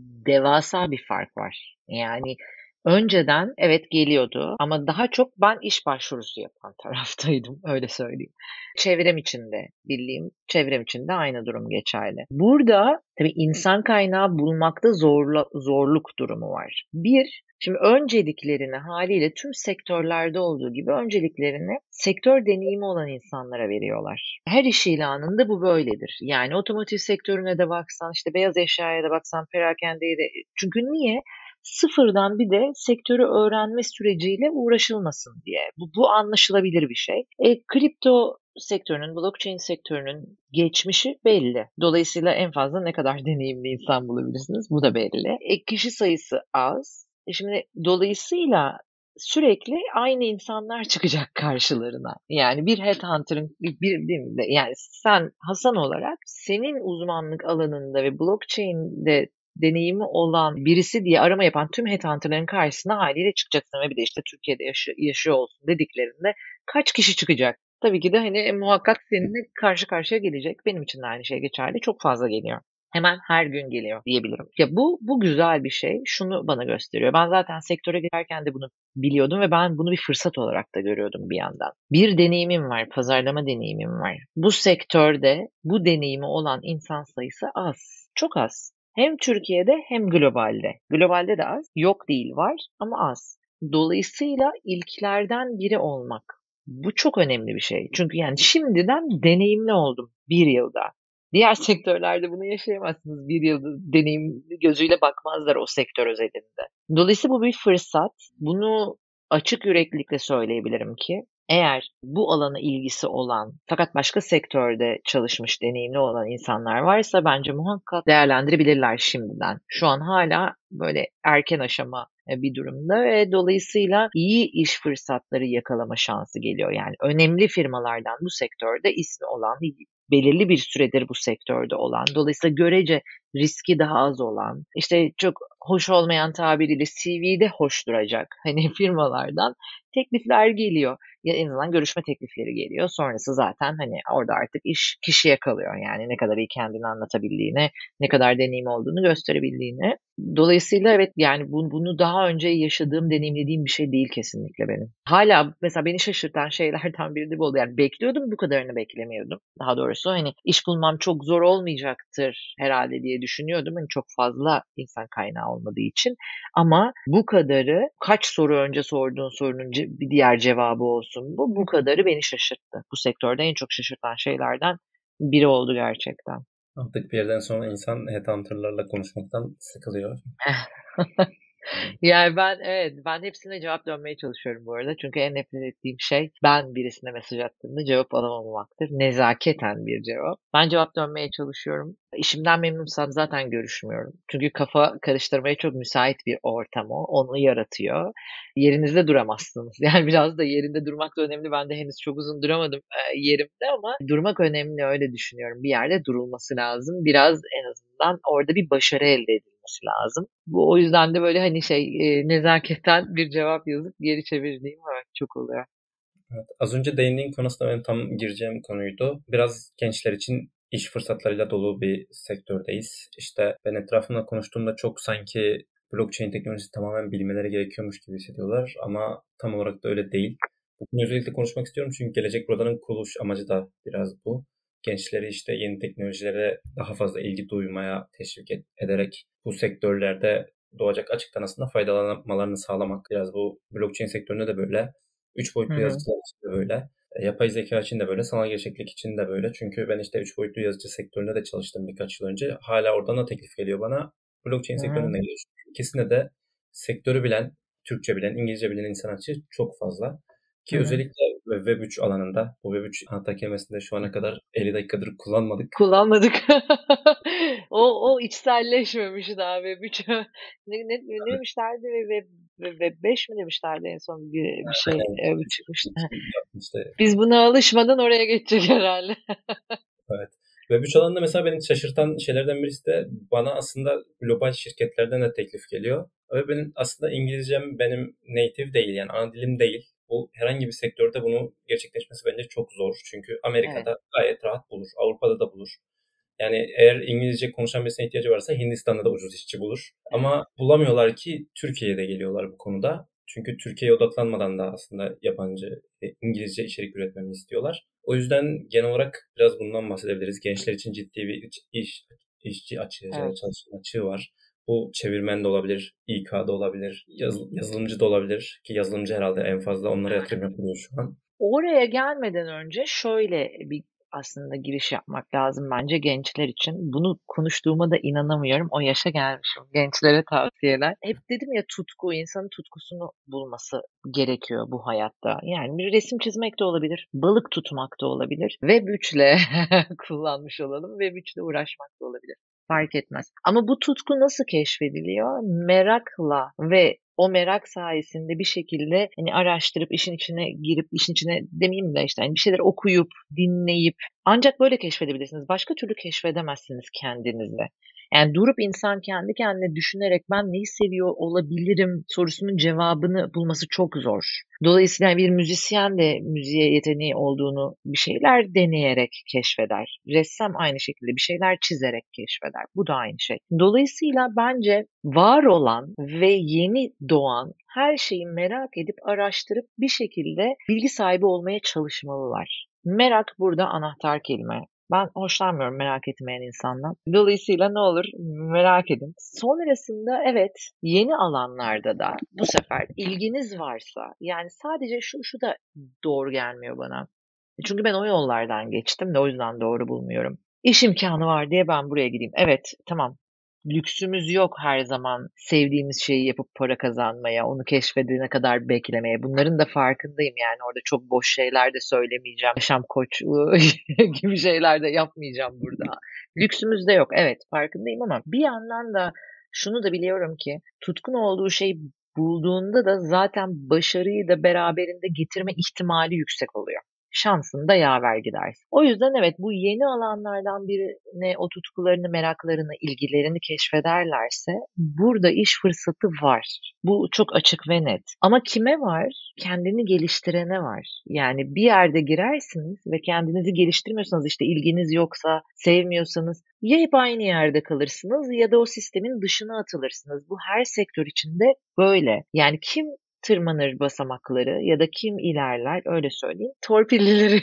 Devasa bir fark var. Yani önceden evet geliyordu ama daha çok ben iş başvurusu yapan taraftaydım, öyle söyleyeyim. Çevrem içinde, bildiğim çevrem içinde aynı durum geçerli. Burada tabii insan kaynağı bulmakta zorluk durumu var. Şimdi önceliklerini haliyle tüm sektörlerde olduğu gibi önceliklerini sektör deneyimi olan insanlara veriyorlar. Her iş ilanında bu böyledir. Yani otomotiv sektörüne de baksan, işte beyaz eşyaya da baksan, perakendeye de. Çünkü niye? Sıfırdan bir de sektörü öğrenme süreciyle uğraşılmasın diye. Bu anlaşılabilir bir şey. Kripto sektörünün, blockchain sektörünün geçmişi belli. Dolayısıyla en fazla ne kadar deneyimli insan bulabilirsiniz? Bu da belli. Kişi sayısı az. Şimdi dolayısıyla sürekli aynı insanlar çıkacak karşılarına. Yani bir headhunter'ın değil mi? Yani sen Hasan olarak senin uzmanlık alanında ve blockchain'de deneyimi olan birisi diye arama yapan tüm headhunter'ların karşısına haliyle çıkacaksın ve bir de işte Türkiye'de yaşıyor olsun dediklerinde kaç kişi çıkacak? Tabii ki de hani muhakkak seninle karşı karşıya gelecek. Benim için de aynı şey geçerli. Çok fazla geliyor. Hemen her gün geliyor diyebilirim. Ya bu güzel bir şey. Şunu bana gösteriyor. Ben zaten sektöre girerken de bunu biliyordum ve ben bunu bir fırsat olarak da görüyordum bir yandan. Bir deneyimim var, pazarlama deneyimim var. Bu sektörde bu deneyimi olan insan sayısı az. Çok az. Hem Türkiye'de hem globalde. Globalde de az. Yok değil var ama az. Dolayısıyla ilklerden biri olmak Bu çok önemli bir şey. Çünkü yani şimdiden deneyimli oldum bir yılda. Diğer sektörlerde bunu yaşayamazsınız. Bir yılda deneyimli gözüyle bakmazlar o sektör özelinde. Dolayısıyla bu bir fırsat. Bunu açık yüreklilikle söyleyebilirim ki eğer bu alana ilgisi olan fakat başka sektörde çalışmış, deneyimli olan insanlar varsa bence muhakkak değerlendirebilirler şimdiden. Şu an hala böyle erken aşama bir durumda ve dolayısıyla iyi iş fırsatları yakalama şansı geliyor. Yani önemli firmalardan bu sektörde ismi olan, belirli bir süredir bu sektörde olan, dolayısıyla görece riski daha az olan, işte çok hoş olmayan tabiriyle CV'de hoş duracak hani firmalardan teklifler geliyor. Ya en azından görüşme teklifleri geliyor. Sonrası zaten hani orada artık iş kişiye kalıyor. Yani ne kadar iyi kendini anlatabildiğine, ne kadar deneyim olduğunu gösterebildiğine. Dolayısıyla evet yani bunu daha önce yaşadığım, deneyimlediğim bir şey değil kesinlikle benim. Hala mesela beni şaşırtan şeylerden biri de bu oldu. Yani bekliyordum, bu kadarını beklemiyordum. Daha doğrusu hani iş bulmam çok zor olmayacaktır herhalde diye düşünüyordum. Hani çok fazla insan kaynağı olmadığı için. Ama bu kadarı kaç soru önce sorduğun sorunun bir diğer cevabı olsun bu kadarı beni şaşırttı. Bu sektörde en çok şaşırtan şeylerden biri oldu gerçekten. Artık bir yerden sonra insan headhunter'larla konuşmaktan sıkılıyor. Yani ben hepsine cevap dönmeye çalışıyorum bu arada. Çünkü en nefret ettiğim şey ben birisine mesaj attığımda cevap alamamamaktır. Nezaketen bir cevap. Ben cevap dönmeye çalışıyorum. İşimden memnunsam zaten görüşmüyorum. Çünkü kafa karıştırmaya çok müsait bir ortam o. Onu yaratıyor. Yerinizde duramazsınız. Yani biraz da yerinde durmak da önemli. Ben de henüz çok uzun duramadım yerimde ama durmak önemli öyle düşünüyorum. Bir yerde durulması lazım. Biraz en azından orada bir başarı elde edilmesi lazım. Bu o yüzden de böyle hani nezaketen bir cevap yazıp geri çevirdiğim evet çok oluyor. Evet, az önce değindiğin konu aslında benim tam gireceğim konuydu. Biraz gençler için iş fırsatlarıyla dolu bir sektördeyiz. İşte ben etrafımda konuştuğumda çok sanki blockchain teknolojisi tamamen bilmeleri gerekiyormuş gibi hissediyorlar ama tam olarak da öyle değil. Bu konuyu özellikle konuşmak istiyorum çünkü Gelecek Burada'nın kuruluş amacı da biraz bu. Gençleri işte yeni teknolojilere daha fazla ilgi duymaya teşvik ederek bu sektörlerde doğacak açıktan aslında faydalanmalarını sağlamak. Biraz bu blockchain sektöründe de böyle. Üç Hı boyutlu hı. yazıcılar için de böyle. Yapay zeka için de böyle, sanal gerçeklik için de böyle. Çünkü ben işte üç boyutlu yazıcı sektöründe de çalıştım birkaç yıl önce. Hala oradan da teklif geliyor bana. Blockchain Hı hı. sektöründe geliyor. İkisinde de sektörü bilen, Türkçe bilen, İngilizce bilen insan açığı çok fazla. Hı Ki hı. özellikle Web3 alanında, bu Web3 anahtar kelimesini de şu ana kadar 50 dakikadır kullanmadık. Kullanmadık. O içselleşmemiş daha Web 3. Ne demişlerdi? Web 5 mi demişlerdi en son bir şey bir çıkmıştı. İşte Biz buna alışmadan oraya geçecek herhalde. evet. Web3 alanında mesela beni şaşırtan şeylerden birisi de bana aslında global şirketlerden de teklif geliyor. Ve benim aslında İngilizcem benim native değil, yani ana dilim değil. Bu herhangi bir sektörde bunu gerçekleşmesi bence çok zor. Çünkü Evet. Amerika'da gayet rahat bulur, Avrupa'da da bulur. Yani eğer İngilizce konuşan birisine ihtiyacı varsa Hindistan'da da ucuz işçi bulur. Ama bulamıyorlar ki Türkiye'ye de geliyorlar bu konuda. Çünkü Türkiye'ye odaklanmadan da aslında yabancı, İngilizce içerik üretmemi istiyorlar. O yüzden genel olarak biraz bundan bahsedebiliriz. Gençler için ciddi bir işçi açığı, Evet. çalışma açığı var. Bu çevirmen de olabilir, İK'da olabilir, yazılımcı da olabilir ki yazılımcı herhalde en fazla onlara yatırım yapılıyor şu an. Oraya gelmeden önce şöyle bir aslında giriş yapmak lazım bence gençler için. Bunu konuştuğuma da inanamıyorum. O yaşa gelmişim. Gençlere tavsiyeler. Hep dedim ya tutku, insanın tutkusunu bulması gerekiyor bu hayatta. Yani bir resim çizmek de olabilir, balık tutmak da olabilir. Web3'le kullanmış olalım, Web3'le uğraşmak da olabilir. Fark etmez. Ama bu tutku nasıl keşfediliyor? Merakla ve o merak sayesinde bir şekilde hani araştırıp işin içine girip işin içine demeyeyim de işte hani bir şeyler okuyup dinleyip ancak böyle keşfedebilirsiniz. Başka türlü keşfedemezsiniz kendinizle. Yani durup insan kendi kendine düşünerek ben neyi seviyor olabilirim sorusunun cevabını bulması çok zor. Dolayısıyla yani bir müzisyen de müziğe yeteneği olduğunu bir şeyler deneyerek keşfeder. Ressam aynı şekilde bir şeyler çizerek keşfeder. Bu da aynı şey. Dolayısıyla bence var olan ve yeni doğan her şeyi merak edip araştırıp bir şekilde bilgi sahibi olmaya çalışmalılar. Merak burada anahtar kelime. Ben hoşlanmıyorum merak etmeyen insandan. Dolayısıyla ne olur merak edin. Sonrasında evet, yeni alanlarda da bu sefer ilginiz varsa, yani sadece şu da doğru gelmiyor bana. Çünkü ben o yollardan geçtim de o yüzden doğru bulmuyorum. İş imkânı var diye ben buraya gideyim. Evet, tamam. Lüksümüz yok her zaman sevdiğimiz şeyi yapıp para kazanmaya, onu keşfedene kadar beklemeye. Bunların da farkındayım yani orada çok boş şeyler de söylemeyeceğim. Yaşam koçluğu gibi şeyler de yapmayacağım burada. Lüksümüz de yok. Evet, farkındayım ama bir yandan da şunu da biliyorum ki tutkun olduğu şeyi bulduğunda da zaten başarıyı da beraberinde getirme ihtimali yüksek oluyor. Şansın da yaver gidersin. O yüzden evet, bu yeni alanlardan birine o tutkularını, meraklarını, ilgilerini keşfederlerse burada iş fırsatı var. Bu çok açık ve net. Ama kime var? Kendini geliştirene var. Yani bir yerde girersiniz ve kendinizi geliştirmiyorsanız, işte ilginiz yoksa, sevmiyorsanız ya hep aynı yerde kalırsınız ya da o sistemin dışına atılırsınız. Bu her sektör içinde böyle. Yani kim tırmanır basamakları ya da kim ilerler öyle söyleyeyim. Torpillileri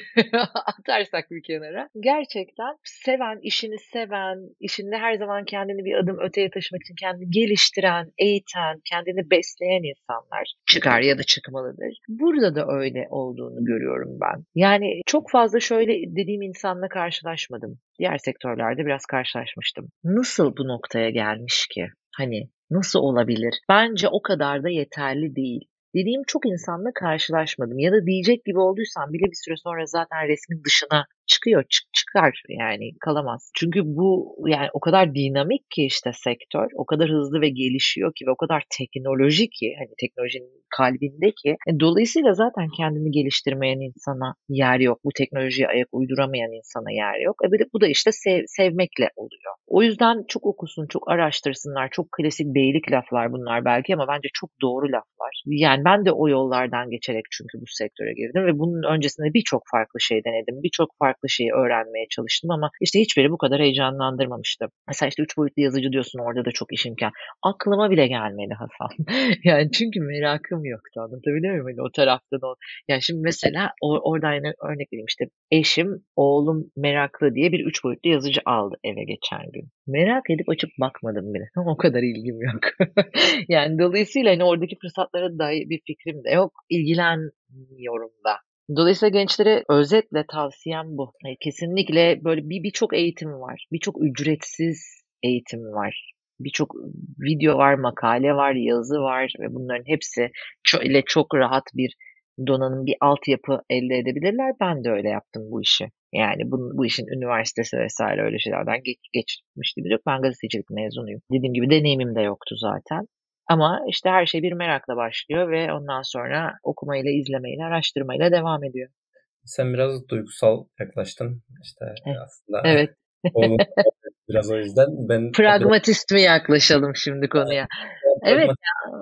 atarsak bir kenara. Gerçekten işini seven, işinde her zaman kendini bir adım öteye taşımak için kendini geliştiren, eğiten, kendini besleyen insanlar çıkar ya da çıkmalıdır. Burada da öyle olduğunu görüyorum ben. Yani çok fazla şöyle dediğim insanla karşılaşmadım. Diğer sektörlerde biraz karşılaşmıştım. Nasıl bu noktaya gelmiş ki? Hani nasıl olabilir? Bence o kadar da yeterli değil. Dediğim çok insanla karşılaşmadım ya da diyecek gibi olduysam bile bir süre sonra zaten resmin dışına çıkıyor, çıkar yani kalamaz. Çünkü bu yani o kadar dinamik ki işte sektör, o kadar hızlı ve gelişiyor ki ve o kadar teknolojik ki hani teknolojinin kalbinde ki dolayısıyla zaten kendini geliştirmeyen insana yer yok. Bu teknolojiye ayak uyduramayan insana yer yok. Bir de bu da işte sevmekle oluyor. O yüzden çok okusun, çok araştırsınlar. Çok klasik beylik laflar bunlar belki ama bence çok doğru laflar. Yani ben de o yollardan geçerek çünkü bu sektöre girdim ve bunun öncesinde birçok farklı şey denedim. Birçok farklı şeyi öğrenmeye çalıştım ama işte hiçbiri bu kadar heyecanlandırmamıştı. Mesela işte 3 boyutlu yazıcı diyorsun orada da çok iş imkan. Aklıma bile gelmedi Hasan. Yani çünkü merakım yoktu anlatabiliyor muyum? Hani o taraftan o. Yani şimdi mesela oradan örnek vereyim işte eşim, oğlum meraklı diye bir 3 boyutlu yazıcı aldı eve geçen gün. Merak edip açıp bakmadım bile. O kadar ilgim yok. Yani dolayısıyla hani oradaki fırsatlara dair bir fikrim de yok. İlgilenmiyorum da. Dolayısıyla gençlere özetle tavsiyem bu. Kesinlikle böyle birçok eğitim var. Birçok ücretsiz eğitim var. Birçok video var, makale var, yazı var ve bunların hepsi ile çok rahat bir donanım, bir altyapı elde edebilirler. Ben de öyle yaptım bu işi. Yani bu işin üniversitesi vesaire öyle şeylerden geçmişti yok. Ben gazetecilik mezunuyum. Dediğim gibi deneyimim de yoktu zaten. Ama işte her şey bir merakla başlıyor ve ondan sonra okumayla, izlemeyle, araştırmayla devam ediyor. Sen biraz duygusal yaklaştın. İşte Eh, aslında evet. oğlum biraz o yüzden ben biraz Pragmatist mi yaklaşalım şimdi konuya? Evet pragmatik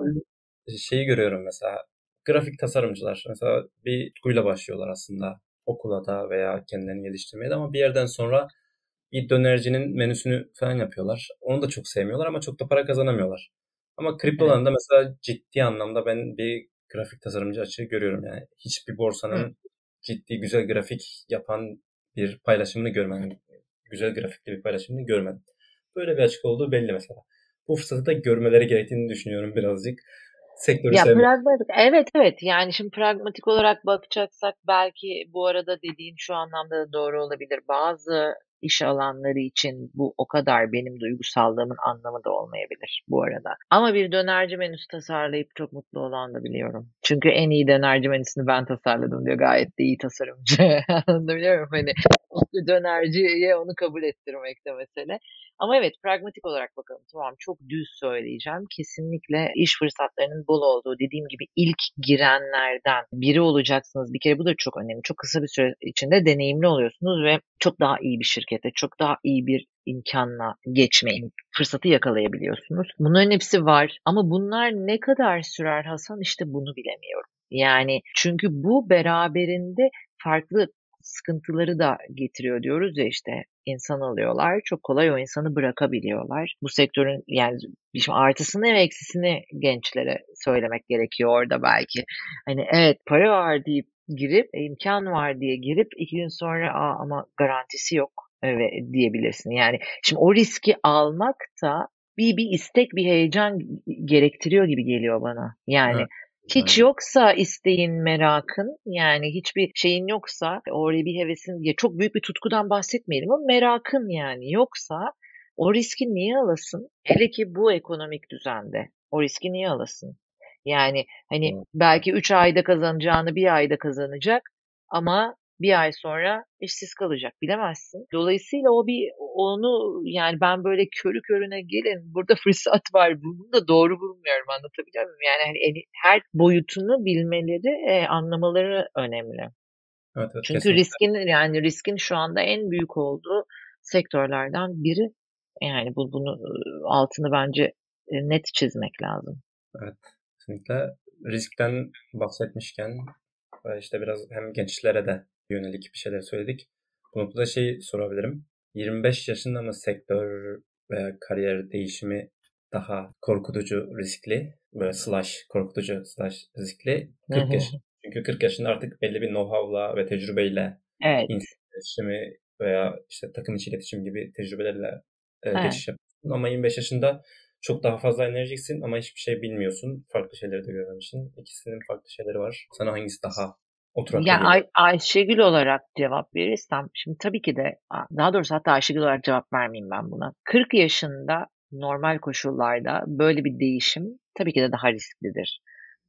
şeyi görüyorum mesela. Grafik tasarımcılar mesela bir tutkuyla başlıyorlar aslında okula da veya kendilerini geliştirmeye de ama bir yerden sonra bir dönercinin menüsünü falan yapıyorlar. Onu da çok sevmiyorlar ama çok da para kazanamıyorlar. Ama evet. kriptolarda mesela ciddi anlamda ben bir grafik tasarımcı açığı görüyorum yani. Hiçbir Hı. borsanın ciddi güzel grafik yapan bir paylaşımını görmedim. Güzel grafikli bir paylaşımını görmedim. Böyle bir açık olduğu belli mesela. Bu fırsatı da görmeleri gerektiğini düşünüyorum birazcık. Sektörü Ya sevmek. pragmatik, evet evet yani şimdi pragmatik olarak bakacaksak belki bu arada dediğin şu anlamda da doğru olabilir. Bazı iş alanları için bu o kadar benim duygusallığımın anlamı da olmayabilir bu arada. Ama bir dönerci menüsü tasarlayıp çok mutlu olan da biliyorum. Çünkü en iyi dönerci menüsünü ben tasarladım diyor. Gayet de iyi tasarımcı. Anlatabiliyor muyum? Hani o dönerciye onu kabul ettirmekte mesele. Ama evet pragmatik olarak bakalım. Tamam çok düz söyleyeceğim. Kesinlikle iş fırsatlarının bol olduğu dediğim gibi ilk girenlerden biri olacaksınız. Bir kere bu da çok önemli. Çok kısa bir süre içinde deneyimli oluyorsunuz ve çok daha iyi bir şirkete, çok daha iyi bir imkanla fırsatı yakalayabiliyorsunuz. Bunların hepsi var ama bunlar ne kadar sürer Hasan işte bunu bilemiyorum. Yani çünkü bu beraberinde farklı sıkıntıları da getiriyor diyoruz ya işte insan alıyorlar. Çok kolay o insanı bırakabiliyorlar. Bu sektörün yani şimdi artısını ve eksisini gençlere söylemek gerekiyor orada belki. Hani evet para var deyip girip imkan var diye girip 2 gün sonra ama garantisi yok. diyebilirsin. Yani şimdi o riski almak da bir istek, bir heyecan gerektiriyor gibi geliyor bana. Yani Evet, hiç aynen. yoksa isteğin, merakın, yani hiçbir şeyin yoksa, oraya bir hevesin, ya çok büyük bir tutkudan bahsetmeyelim ama merakın yani yoksa o riski niye alasın? Hele ki bu ekonomik düzende. O riski niye alasın? Yani hani Doğru. belki 3 ayda kazanacağını bir ayda kazanacak ama bir ay sonra işsiz kalacak. Bilemezsin. Dolayısıyla onu yani ben böyle körü körüne gelin burada fırsat var. Bunu da doğru bulmuyorum. Anlatabiliyor muyum? Yani hani her boyutunu bilmeleri, anlamaları önemli. Evet, evet, Çünkü kesinlikle. riskin şu anda en büyük olduğu sektörlerden biri. Yani bunu altını bence net çizmek lazım. Evet, kesinlikle. Riskten bahsetmişken işte biraz hem gençlere de yönelik bir şeyler söyledik. Bu noktada şey sorabilirim. 25 yaşında mı sektör veya kariyer değişimi daha korkutucu, riskli, böyle slash korkutucu, slash riskli 40 yaş. Çünkü 40 yaşında artık belli bir know-how'la ve tecrübeyle Evet, insan iletişimi veya işte takım içi iletişim gibi tecrübelerle evet. geçiş yapıyorsun. Ama 25 yaşında çok daha fazla enerjiksin ama hiçbir şey bilmiyorsun. Farklı şeyleri de görmemişsin. İkisinin farklı şeyleri var. Sana hangisi daha oturaklı Yani geliyor? Ayşegül olarak cevap verirsem, şimdi tabii ki de daha doğrusu hatta Ayşegül olarak cevap vermeyeyim ben buna. 40 yaşında normal koşullarda böyle bir değişim tabii ki de daha risklidir.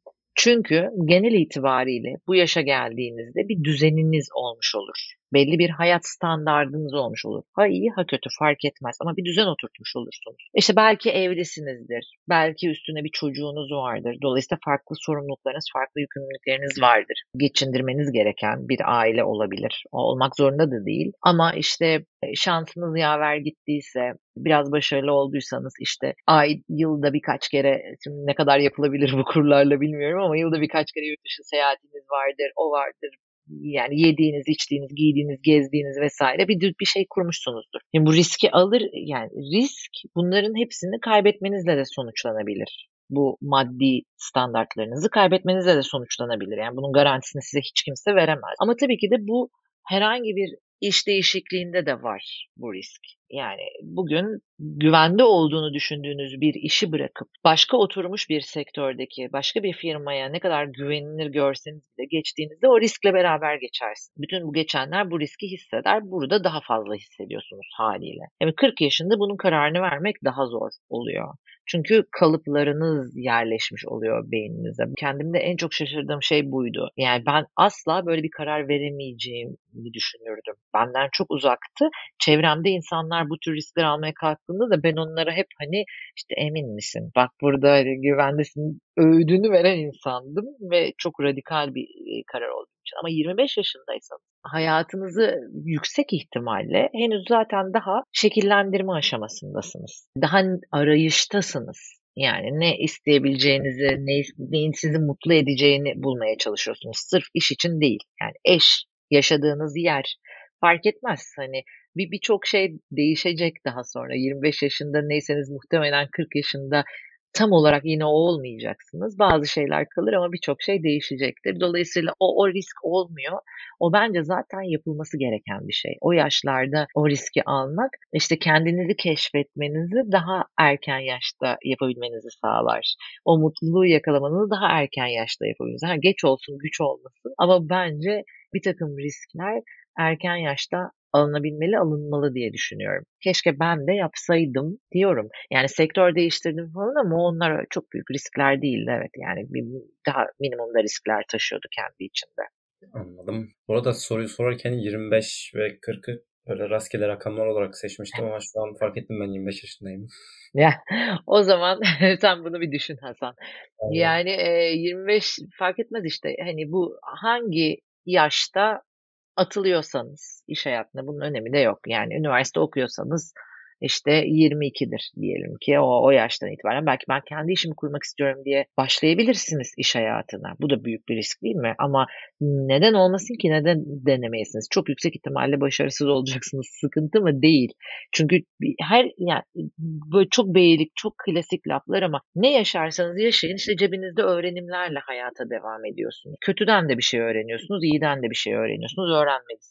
Çünkü genel itibariyle bu yaşa geldiğinizde bir düzeniniz olmuş olur. Belli bir hayat standardınız olmuş olur. Ha iyi ha kötü fark etmez ama bir düzen oturtmuş olursunuz. İşte belki evlisinizdir, belki üstüne bir çocuğunuz vardır. Dolayısıyla farklı sorumluluklarınız, farklı yükümlülükleriniz vardır. Geçindirmeniz gereken bir aile olabilir. O olmak zorunda da değil. Ama işte şansınız yaver gittiyse, biraz başarılı olduysanız işte yılda birkaç kere, şimdi ne kadar yapılabilir bu kurlarla bilmiyorum ama yılda birkaç kere yurt dışı seyahatiniz vardır, o vardır. Yani yediğiniz, içtiğiniz, giydiğiniz, gezdiğiniz vesaire bir şey kurmuşsunuzdur. Şimdi bu riski yani risk bunların hepsini kaybetmenizle de sonuçlanabilir. Bu maddi standartlarınızı kaybetmenizle de sonuçlanabilir. Yani bunun garantisini size hiç kimse veremez. Ama tabii ki de bu herhangi bir iş değişikliğinde de var bu risk. Yani bugün güvende olduğunu düşündüğünüz bir işi bırakıp başka oturmuş bir sektördeki başka bir firmaya ne kadar güvenilir görseniz bile geçtiğinizde o riskle beraber geçersiniz. Bütün bu geçenler bu riski hisseder. Burada daha fazla hissediyorsunuz haliyle. Yani 40 yaşında bunun kararını vermek daha zor oluyor. Çünkü kalıplarınız yerleşmiş oluyor beyninize. Kendimde en çok şaşırdığım şey buydu. Yani ben asla böyle bir karar veremeyeceğimi düşünürdüm. Benden çok uzaktı. Çevremde insanlar bu tür riskler almaya kalktığında da ben onlara hep hani işte emin misin? Bak burada hani güvendesin öğüdünü veren insandım ve çok radikal bir karar olduğu için. Ama 25 yaşındaysanız hayatınızı yüksek ihtimalle henüz zaten daha şekillendirme aşamasındasınız. Daha arayıştasınız. Yani ne isteyebileceğinizi, neyin sizi mutlu edeceğini bulmaya çalışıyorsunuz. Sırf iş için değil. Yani eş, yaşadığınız yer fark etmez. Hani birçok şey değişecek daha sonra. 25 yaşında neyseniz muhtemelen 40 yaşında tam olarak yine o olmayacaksınız. Bazı şeyler kalır ama birçok şey değişecektir. Dolayısıyla o risk olmuyor. O bence zaten yapılması gereken bir şey. O yaşlarda o riski almak, işte kendinizi keşfetmenizi daha erken yaşta yapabilmenizi sağlar. O mutluluğu yakalamanızı daha erken yaşta yapabilmenizi. Ha, geç olsun, güç olmasın ama bence bir takım riskler erken yaşta alınabilmeli, alınmalı diye düşünüyorum. Keşke ben de yapsaydım diyorum. Yani sektör değiştirdim falan ama onlar çok büyük riskler değildi. Evet yani daha minimumda riskler taşıyordu kendi içinde. Anladım. Bu arada soruyu sorarken 25 ve 40'ı böyle rastgele rakamlar olarak seçmiştim ama şu an fark ettim ben 25 yaşındayım. Ya o zaman sen bunu bir düşün Hasan. Aynen. Yani 25 fark etmez işte. Hani bu hangi yaşta atılıyorsanız iş hayatına bunun önemi de yok. Yani üniversite okuyorsanız işte 22'dir diyelim ki o yaştan itibaren belki ben kendi işimi kurmak istiyorum diye başlayabilirsiniz iş hayatına. Bu da büyük bir risk değil mi? Ama neden olmasın ki? Neden denemeyesiniz? Çok yüksek ihtimalle başarısız olacaksınız. Sıkıntı mı? Değil. Çünkü yani böyle çok beylik, çok klasik laflar ama ne yaşarsanız yaşayın işte cebinizde öğrenimlerle hayata devam ediyorsunuz. Kötüden de bir şey öğreniyorsunuz, iyiden de bir şey öğreniyorsunuz, öğrenmelisiniz.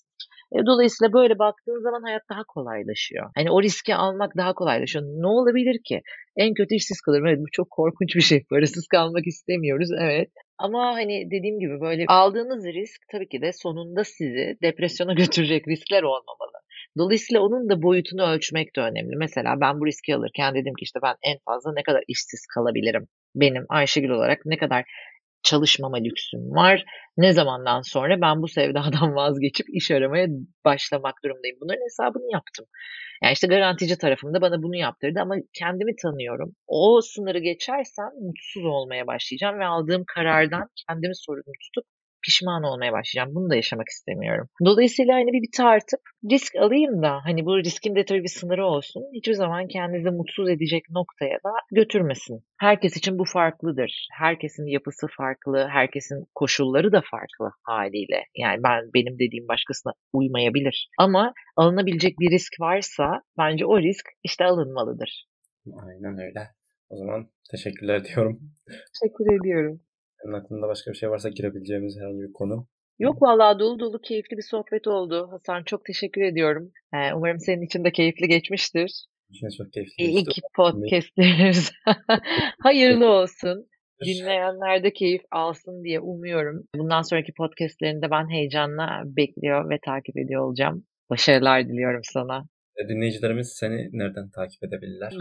Dolayısıyla böyle baktığın zaman hayat daha kolaylaşıyor. Hani o riski almak daha kolaylaşıyor. Ne olabilir ki? En kötü işsiz kalırım. Evet, bu çok korkunç bir şey. Parasız kalmak istemiyoruz, evet. Ama, hani, dediğim gibi, böyle, aldığınız risk tabii ki de sonunda sizi depresyona götürecek riskler olmamalı. Dolayısıyla onun da boyutunu ölçmek de önemli. Mesela ben bu riski alırken dedim ki, işte, ben en fazla ne kadar işsiz kalabilirim? Benim Ayşegül olarak ne kadar çalışmama lüksüm var? Ne zamandan sonra ben bu sevdadan vazgeçip iş aramaya başlamak durumundayım? Bunların hesabını yaptım. Yani, işte, garantici tarafım da bana bunu yaptırdı ama kendimi tanıyorum. O sınırı geçersem mutsuz olmaya başlayacağım ve aldığım karardan kendimi sorumlu tutup pişman olmaya başlayacağım. Bunu da yaşamak istemiyorum. Dolayısıyla, hani, bir tartıp risk alayım da, hani, bu riskin de tabii bir sınırı olsun. Hiçbir zaman kendinizi mutsuz edecek noktaya da götürmesin. Herkes için bu farklıdır. Herkesin yapısı farklı, herkesin koşulları da farklı hâliyle. Yani, benim dediğim başkasına uymayabilir ama alınabilecek bir risk varsa bence o risk, işte, alınmalıdır. Aynen öyle. O zaman teşekkürler diyorum. Teşekkür ediyorum. Senin aklında başka bir şey varsa girebileceğimiz herhangi bir konu. Yok vallahi dolu dolu keyifli bir sohbet oldu. Hasan, çok teşekkür ediyorum. Umarım senin için de keyifli geçmiştir. İçine çok keyifli geçti. İlk podcast'lerimiz hayırlı olsun. Dinleyebilir. Dinleyenler de keyif alsın diye umuyorum. Bundan sonraki podcast'lerini de ben heyecanla bekliyor ve takip ediyor olacağım. Başarılar diliyorum sana. Dinleyicilerimiz seni nereden takip edebilirler?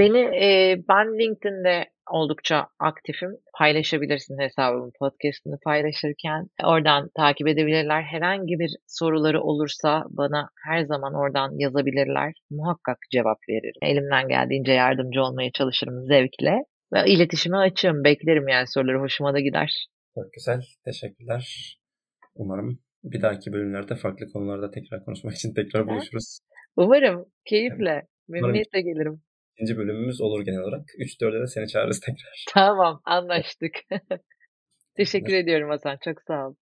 Ben LinkedIn'de oldukça aktifim. Paylaşabilirsin hesabımın podcast'ini paylaşırken. Oradan takip edebilirler. Herhangi bir soruları olursa bana her zaman oradan yazabilirler. Muhakkak cevap veririm. Elimden geldiğince yardımcı olmaya çalışırım zevkle ve iletişime açığım. Beklerim yani soruları hoşuma da gider. Çok güzel. Teşekkürler. Umarım bir dahaki bölümlerde farklı konularda tekrar konuşmak için tekrar Hı. buluşuruz. Umarım Evet. keyifle, Umarım memnuniyetle gelirim. ikinci bölümümüz olur genel olarak. 3-4'e de seni çağırırız tekrar. Tamam, anlaştık. Teşekkür Tamamdır. ediyorum Hasan, çok sağ ol.